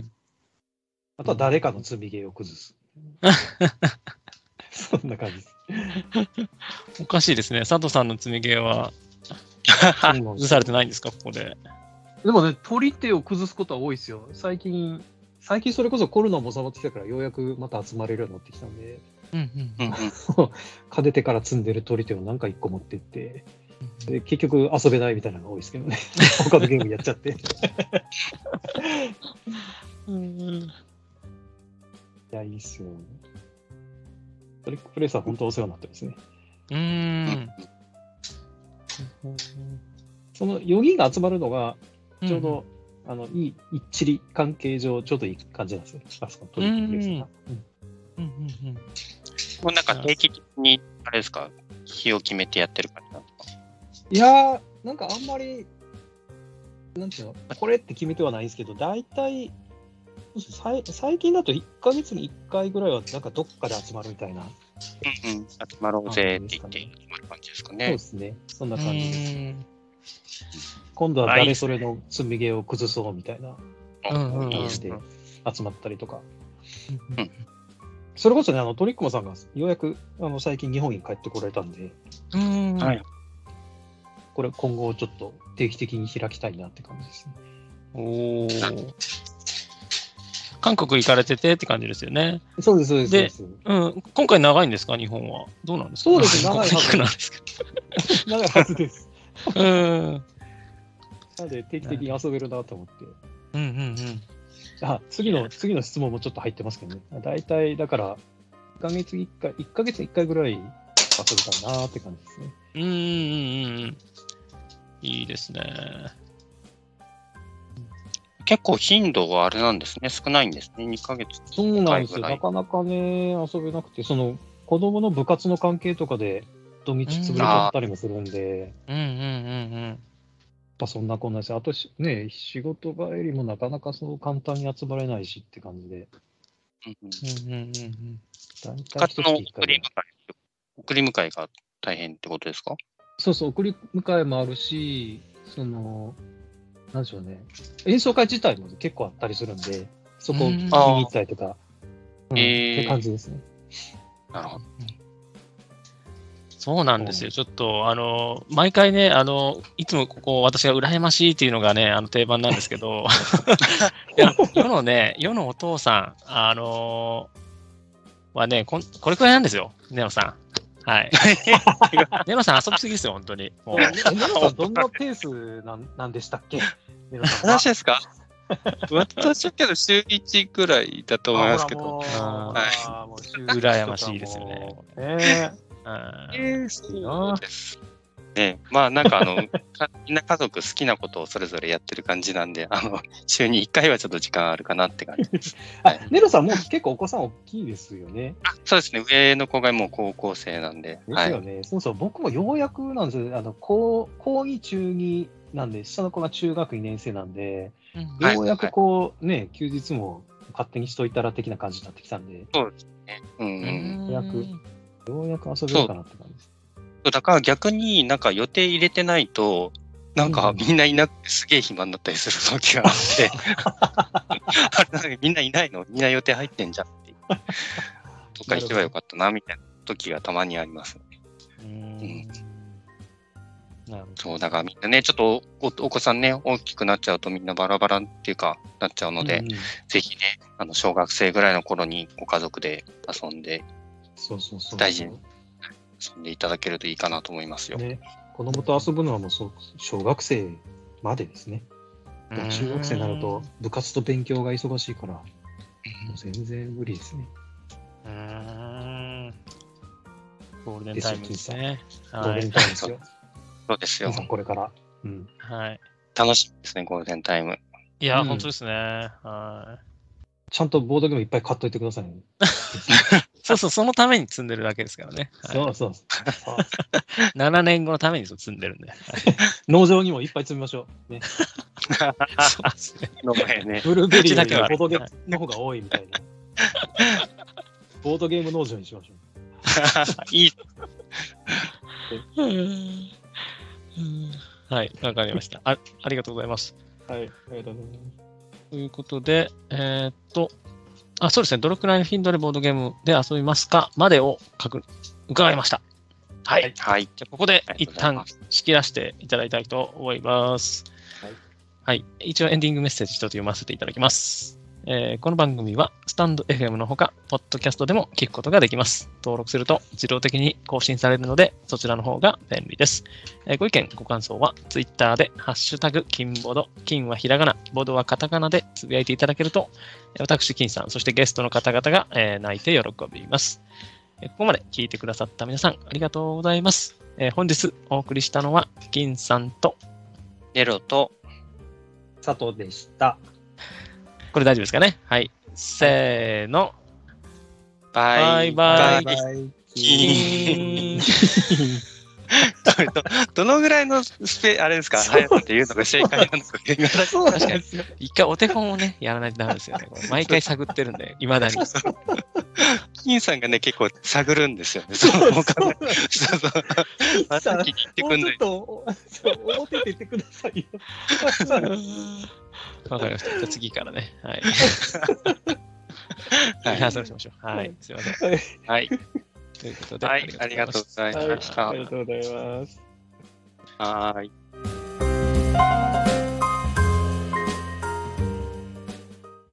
あとは誰かの積みゲーを崩す。そんな感じです。 おかしいですね。佐藤さんの積みゲーは崩されてないんですか、ここで。 でもね、取り手を崩すことは多いですよ。最近それこそコロナも収まってきたから、ようやくまた集まれるようになってきたんで、金手から積んでる取り手を何か1個持っていって、で結局遊べないみたいなのが多いですけどね。他のゲームやっちゃって。いや、いいっすよ。トリックプレイさん、本当お世話になってますね。その4人が集まるのが、ちょうど、いい一致関係上、ちょうどいい感じなんですよ。あそこのトリックプレイさんが。 もうなんか定期的に、あれですか、日を決めてやってる感じなんですか？ いやー、なんかあんまり、なんていうの、これって決めてはないんですけど、大体、最近だと1ヶ月に1回ぐらいは、なんかどっかで集まるみたいな。 集まろうぜって言って集まる感じですかね。 そうですね。そんな感じです。今度は誰それの積みゲーを崩そうみたいな感じで集まったりとか。それこそね、トリックマさんがようやく最近日本に帰ってこられたんで、これ今後ちょっと定期的に開きたいなって感じですね。 韓国行かれててって感じですよね。 そうです、そうです。 今回長いんですか、日本は。どうなんですか？ そうですね、長いはずなんですけど。 長いはずです。なので定期的に遊べるなと思って。 うんうんうん。 次の質問もちょっと入ってますけどね。大体、だから、1ヶ月に1回ぐらい遊びたいなって感じですね。 うんうんうんうん。いいですね。 結構頻度はあれなんですね。少ないんですね。2ヶ月そうなんですよ。 ぐらいなかなかね、遊べなくて、子供の部活の関係とかで、土日潰れちゃったりもするんで、 うんうんうんそんなこんなです。あとね、仕事帰りもなかなかそう簡単に集まれないしって感じで、 うんうんうん。うんうんうんうん。 大体部活の一月1回ぐらい。 送り迎えが大変ってことですか？ そうそう、送り迎えもあるし、なんでしょうね、演奏会自体も結構あったりするんで、そこを聞きに行ったりとか、って感じですね。 なるほど。 そうなんですよ。ちょっと、毎回ね、いつもここ、私が羨ましいっていうのがね、定番なんですけど、いや世のお父さん、はね、これくらいなんですよ、ネロさん。はい。ネロさん遊びすぎですよ、本当に。もうネロさん、どんなペースなんでしたっけ？ネロさんは。 私ですか？私はけど週1ぐらいだと思いますけど。 もう羨ましいですよね。 そうですね。まあなんかみんな家族好きなことをそれぞれやってる感じなんで、週に1回はちょっと時間あるかなって感じです。 ネロさんも結構お子さん大きいですよね。 そうですね。上の子がもう高校生なんで。 ですよね。そうそう、僕もようやくなんですよ。高2、中2なんで、下の子が中学2年生なんで、ようやく休日も勝手にしといたら的な感じになってきたんで、 そうですね。 ようやく遊べるかなって感じです。 だから逆になんか予定入れてないと、なんかみんないなくてすげえ暇になったりする時があって、みんないないの？みんな予定入ってんじゃんって。どっか行けばよかったなみたいな時がたまにありますね。そう、だからみんなね、ちょっとお子さんね、大きくなっちゃうとみんなバラバラっていうか、なっちゃうので、ぜひね、小学生ぐらいの頃にご家族で遊んで、大事に遊んでいただけるといいかなと思いますよ。 ね、子供と遊ぶのはもう小学生までですね。中学生になると部活と勉強が忙しいから、もう全然無理ですね。 ゴールデンタイムですね。 ゴールデンタイムですよ。 そうですよ。 これから。 はい。 楽しみですね、ゴールデンタイム。 いや、本当ですね。 ちゃんとボードゲームいっぱい買っといてくださいね。 そう、そのために積んでるだけですからね。 そう。 7年後のために積んでるんで。 農場にもいっぱい積みましょう。ね。 そうですね。 ブルーベリーよりボードゲームの方が多いみたいな。ボードゲーム農場にしましょう。いい。 はい、わかりました。ありがとうございます。 はい、ありがとうございます。 ということで、そうですね、どのくらいの頻度でボードゲームで遊びますかまでを伺いました。はい。じゃあここで一旦仕切らせていただきたいと思います。はい。一応エンディングメッセージ一つ読ませていただきます。この番組はスタンド FM のほか、ポッドキャストでも聞くことができます。登録すると自動的に更新されるので、そちらの方が便利です。ご意見、ご感想は Twitter でハッシュタグ金ボド、金はひらがな、ボドはカタカナでつぶやいていただけると、私、金さん、そしてゲストの方々が、泣いて喜びます。ここまで聞いてくださった皆さん、ありがとうございます。本日お送りしたのは、金さんとネロと佐藤でした。 これ大丈夫ですかね？はい。せーの。 バイバイ。どのぐらいのあれですか？速さっていうのが正解なのか。 確かに。 一回お手本をね、やらないとダメですよね。毎回探ってるんで、いまだに。 金さんがね、結構探るんですよね。そう。先に言ってくんない。 ちょっと、表で言ってくださいよ。 わかりました。じゃあ次からね。はい。リハーサルしましょう。はい。すいません。 はい。 ということで、 はい、ありがとうございました。 ありがとうございます。 はい。